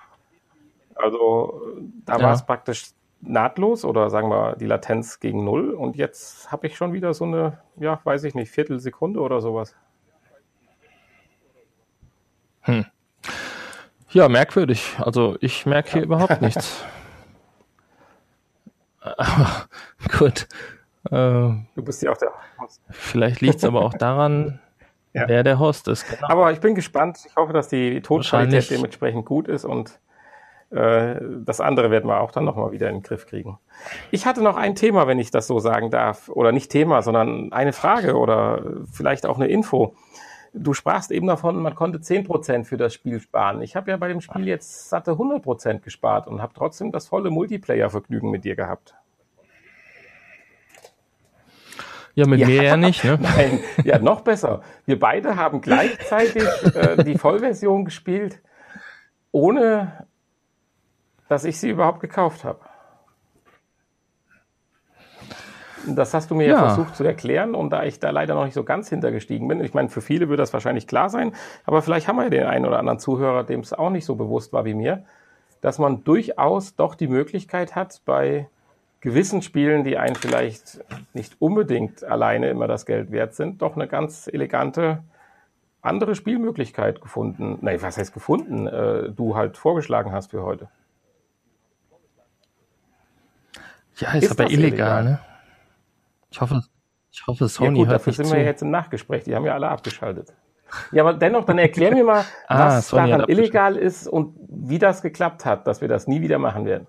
Also da war es praktisch nahtlos oder sagen wir die Latenz gegen 0 und jetzt habe ich schon wieder so eine, ja, weiß ich nicht, Viertelsekunde oder sowas. Ja, merkwürdig. Also ich merke hier überhaupt nichts. Aber gut. Du bist ja auch der Host. Vielleicht liegt es aber auch daran, Ja. wer der Host ist. Genau. Aber ich bin gespannt. Ich hoffe, dass die Tonqualität Wahrscheinlich. dementsprechend gut ist und das andere werden wir auch dann nochmal wieder in den Griff kriegen. Ich hatte noch ein Thema, wenn ich das so sagen darf. Oder nicht Thema, sondern eine Frage oder vielleicht auch eine Info. Du sprachst eben davon, man konnte 10% für das Spiel sparen. Ich habe ja bei dem Spiel jetzt satte 100% gespart und habe trotzdem das volle Multiplayer-Vergnügen mit dir gehabt. Ja, mit mir ja nicht, ne? Nein, ja, noch besser. Wir beide haben gleichzeitig die Vollversion gespielt, ohne dass ich sie überhaupt gekauft habe. Das hast du mir ja versucht zu erklären und da ich da leider noch nicht so ganz hintergestiegen bin, ich meine, für viele würde das wahrscheinlich klar sein, aber vielleicht haben wir ja den einen oder anderen Zuhörer, dem es auch nicht so bewusst war wie mir, dass man durchaus doch die Möglichkeit hat, bei gewissen Spielen, die einen vielleicht nicht unbedingt alleine immer das Geld wert sind, doch eine ganz elegante andere Spielmöglichkeit gefunden. Nein, was heißt gefunden? Du halt vorgeschlagen hast für heute. Ja, ist aber illegal, ne? Ich hoffe, Sony ja gut, hört dafür nicht sind zu. wir jetzt im Nachgespräch. Die haben ja alle abgeschaltet. Ja, aber dennoch, dann erklär mir mal, was Sony daran hat illegal ist und wie das geklappt hat, dass wir das nie wieder machen werden.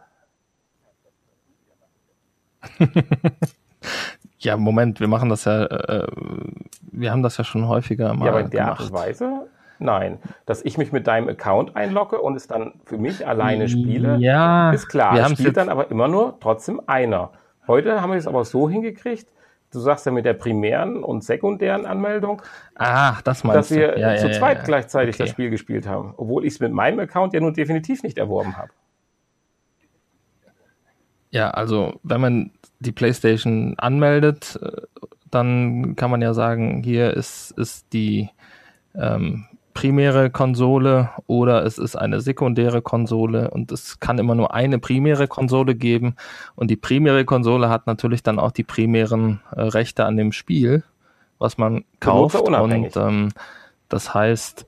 Ja, Moment, wir machen das ja, wir haben das ja schon häufiger mal Ja, aber in der gemacht. Art und Weise? Nein. Dass ich mich mit deinem Account einlogge und es dann für mich alleine spiele, Ja, ist klar. wir Es haben spielt dann aber immer nur trotzdem einer. Heute haben wir es aber so hingekriegt, du sagst ja mit der primären und sekundären Anmeldung, das meinst dass wir du. zu zweit gleichzeitig das Spiel gespielt haben, obwohl ich es mit meinem Account ja nun definitiv nicht erworben habe. Ja, also wenn man die PlayStation anmeldet, dann kann man ja sagen, hier ist die primäre Konsole oder es ist eine sekundäre Konsole und es kann immer nur eine primäre Konsole geben und die primäre Konsole hat natürlich dann auch die primären Rechte an dem Spiel, was man kauft und das heißt,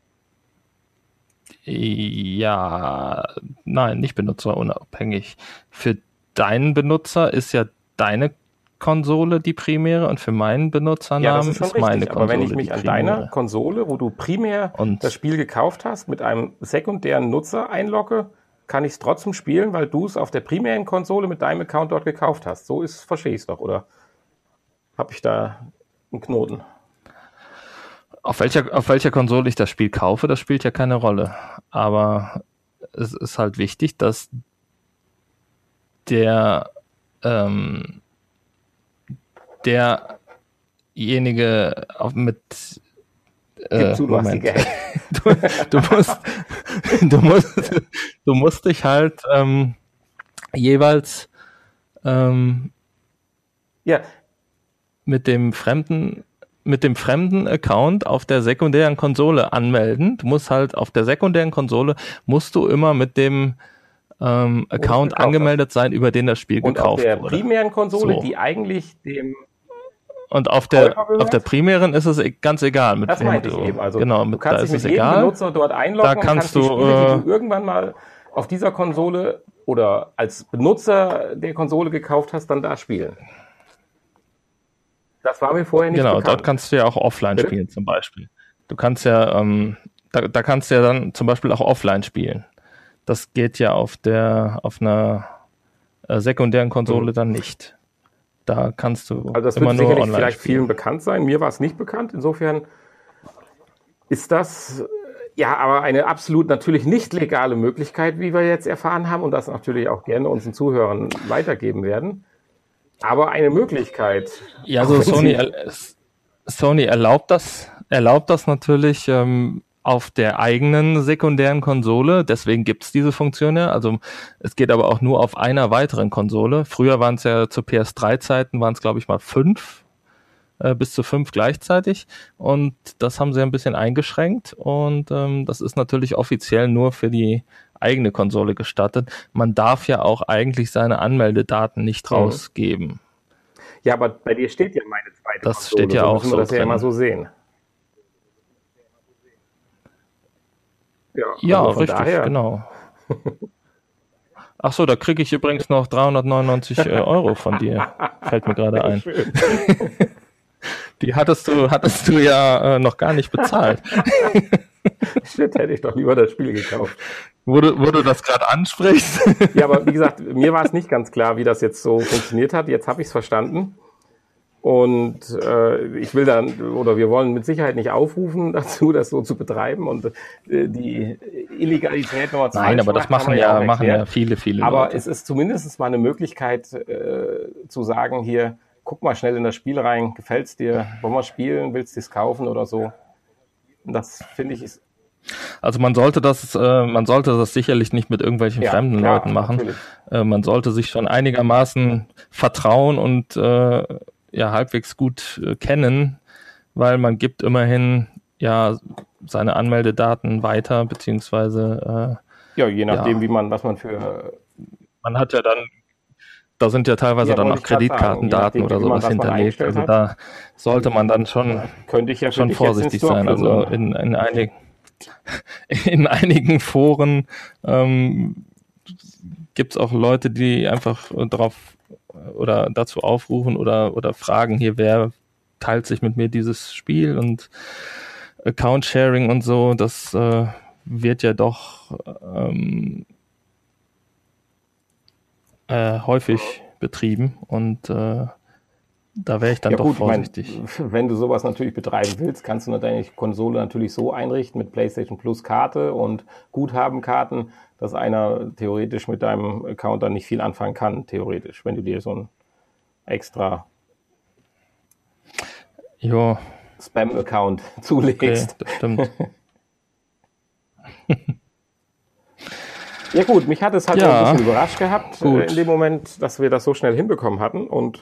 ja, nein, nicht benutzerunabhängig. Für deinen Benutzer ist ja deine Konsole die primäre und für meinen Benutzernamen ist meine Konsole. Aber wenn ich mich an deiner Konsole, wo du primär das Spiel gekauft hast, mit einem sekundären Nutzer einlogge, kann ich es trotzdem spielen, weil du es auf der primären Konsole mit deinem Account dort gekauft hast. So verstehe ich es doch, oder habe ich da einen Knoten? Auf welcher Konsole ich das Spiel kaufe, das spielt ja keine Rolle. Aber es ist halt wichtig, dass derjenige mit Moment. Du musst dich halt jeweils mit dem fremden Account auf der sekundären Konsole anmelden. Du musst halt auf der sekundären Konsole musst du immer mit dem Account angemeldet sein, über den das Spiel gekauft wurde. Und auf der primären Konsole, die eigentlich dem und auf der primären ist es ganz egal. Mit das meinte ich eben. Also genau, du kannst dich mit jedem egal. Benutzer dort einloggen da kannst du, die Spiele, die du irgendwann mal auf dieser Konsole oder als Benutzer der Konsole gekauft hast, dann da spielen. Das war mir vorher nicht bekannt. Dort kannst du ja auch offline spielen zum Beispiel. Du kannst ja, da kannst du ja dann zum Beispiel auch offline spielen. Das geht ja auf einer sekundären Konsole dann nicht. Da kannst du also das immer wird nur sicherlich online vielleicht spielen. vielen bekannt sein. Mir war es nicht bekannt. Insofern ist das ja aber eine absolut natürlich nicht legale Möglichkeit, wie wir jetzt erfahren haben und das natürlich auch gerne unseren Zuhörern weitergeben werden. Aber eine Möglichkeit. Ja, also Sony erlaubt das natürlich auf der eigenen sekundären Konsole. Deswegen gibt's diese Funktion ja. Also es geht aber auch nur auf einer weiteren Konsole. Früher waren es ja zu PS3-Zeiten, waren es glaube ich mal 5, bis zu 5 gleichzeitig. Und das haben sie ein bisschen eingeschränkt. Und das ist natürlich offiziell nur für die eigene Konsole gestattet. Man darf ja auch eigentlich seine Anmeldedaten nicht rausgeben. Ja, aber bei dir steht ja meine zweite das Konsole. Steht ja so auch müssen wir so das drin. ja immer so sehen. Ja, also richtig, daher. genau. Ach so, da kriege ich übrigens noch 399 Euro von dir. Fällt mir gerade ein. Schön. Die hattest du ja noch gar nicht bezahlt. Shit, hätte ich doch lieber das Spiel gekauft. Wo du das gerade ansprichst. Ja, aber wie gesagt, mir war es nicht ganz klar, wie das jetzt so funktioniert hat. Jetzt habe ich es verstanden. Und ich will dann, oder wir wollen mit Sicherheit nicht aufrufen dazu, das so zu betreiben und die Illegalität Nummer 2. Nein, aber das machen ja viele aber Leute. es ist zumindest mal eine Möglichkeit zu sagen, hier, guck mal schnell in das Spiel rein, gefällt's dir, wollen wir spielen, willst du es kaufen oder so. Und das finde ich ist. Also man sollte das sicherlich nicht mit irgendwelchen fremden Leuten machen. Man sollte sich schon einigermaßen vertrauen und halbwegs gut kennen, weil man gibt immerhin ja seine Anmeldedaten weiter, beziehungsweise je nachdem, was man für. Man hat ja dann, da sind ja teilweise dann auch Kreditkartendaten oder sowas hinterlegt. Also da sollte man dann schon, schon vorsichtig sein. Also in einigen Foren gibt es auch Leute, die einfach dazu aufrufen oder fragen hier, wer teilt sich mit mir dieses Spiel, und Account-Sharing und so, das wird ja doch häufig betrieben, und da wäre ich dann doch vorsichtig. Wenn du sowas natürlich betreiben willst, kannst du deine Konsole natürlich so einrichten mit PlayStation Plus Karte und Guthabenkarten, dass einer theoretisch mit deinem Account dann nicht viel anfangen kann, theoretisch, wenn du dir so ein extra Spam-Account zulegst. Okay, das stimmt. Ja gut, mich hat es halt ein bisschen überrascht gehabt in dem Moment, dass wir das so schnell hinbekommen hatten, und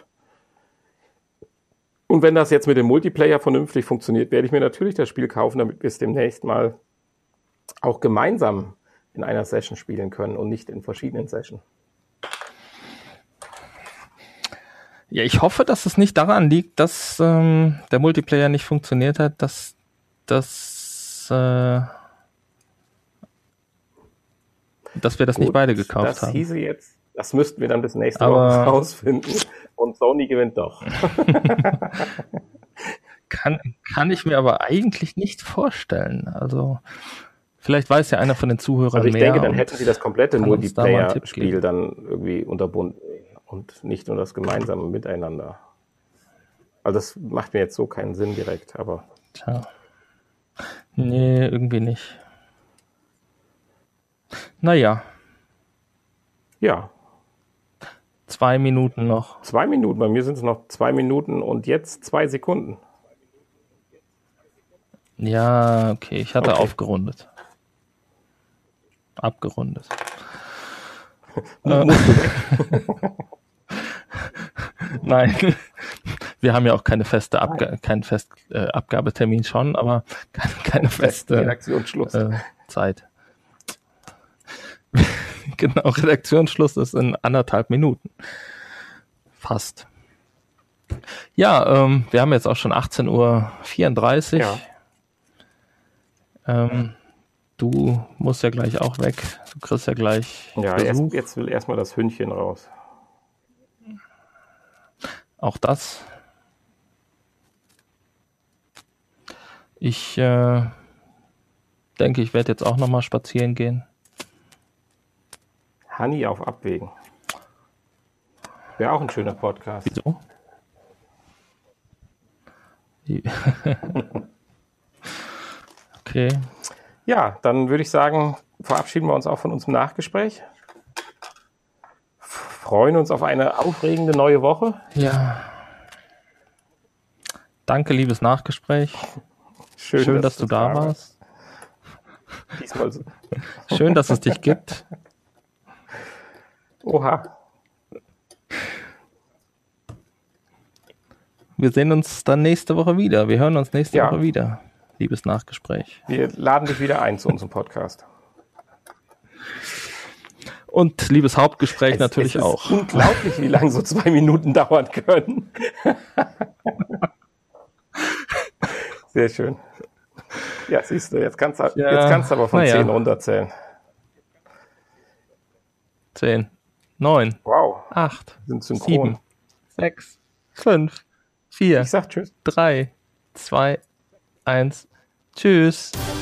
wenn das jetzt mit dem Multiplayer vernünftig funktioniert, werde ich mir natürlich das Spiel kaufen, damit wir es demnächst mal auch gemeinsam in einer Session spielen können und nicht in verschiedenen Sessions. Ja, ich hoffe, dass es nicht daran liegt, dass der Multiplayer nicht funktioniert hat, dass wir das nicht beide gekauft haben. Das hieße jetzt, das müssten wir dann bis nächste Woche rausfinden, und Sony gewinnt doch. Kann ich mir aber eigentlich nicht vorstellen. Also vielleicht weiß ja einer von den Zuhörern mehr. Also ich denke, dann hätten sie das komplette Multiplayer-Spiel dann irgendwie unterbunden und nicht nur das gemeinsame Miteinander. Also das macht mir jetzt so keinen Sinn direkt, aber... Tja. Nee, irgendwie nicht. Naja. Ja. 2 Minuten noch. 2 Minuten, bei mir sind es noch 2 Minuten und jetzt 2 Sekunden. Ja, okay, ich hatte aufgerundet. Abgerundet. Nein, wir haben ja auch keine feste Abgabetermin schon, aber keine feste Redaktionsschluss. Zeit. Genau, Redaktionsschluss ist in 1,5 Minuten. Fast. Ja, wir haben jetzt auch schon 18:34 Uhr. Ja. Du musst ja gleich auch weg. Du kriegst ja gleich Besuch. Jetzt will erstmal das Hündchen raus. Auch das. Ich denke, ich werde jetzt auch nochmal spazieren gehen. Honey auf Abwägen. Wäre auch ein schöner Podcast. Wieso? Okay. Ja, dann würde ich sagen, verabschieden wir uns auch von unserem Nachgespräch. Freuen uns auf eine aufregende neue Woche. Ja. Danke, liebes Nachgespräch. Schön, dass du da warst. Diesmal so. Schön, dass es dich gibt. Oha. Wir sehen uns dann nächste Woche wieder. Wir hören uns nächste Woche wieder, liebes Nachgespräch. Wir laden dich wieder ein zu unserem Podcast. Und liebes Hauptgespräch natürlich auch. Es ist unglaublich, wie lange so 2 Minuten dauern können. Sehr schön. Ja, siehst du, jetzt kannst du aber von 10 runterzählen. 10, 9, Wow. 8, Sind synchron. 7, 6, 5, 4, Ich sag tschüss. 3, 2, 1. Tschüss.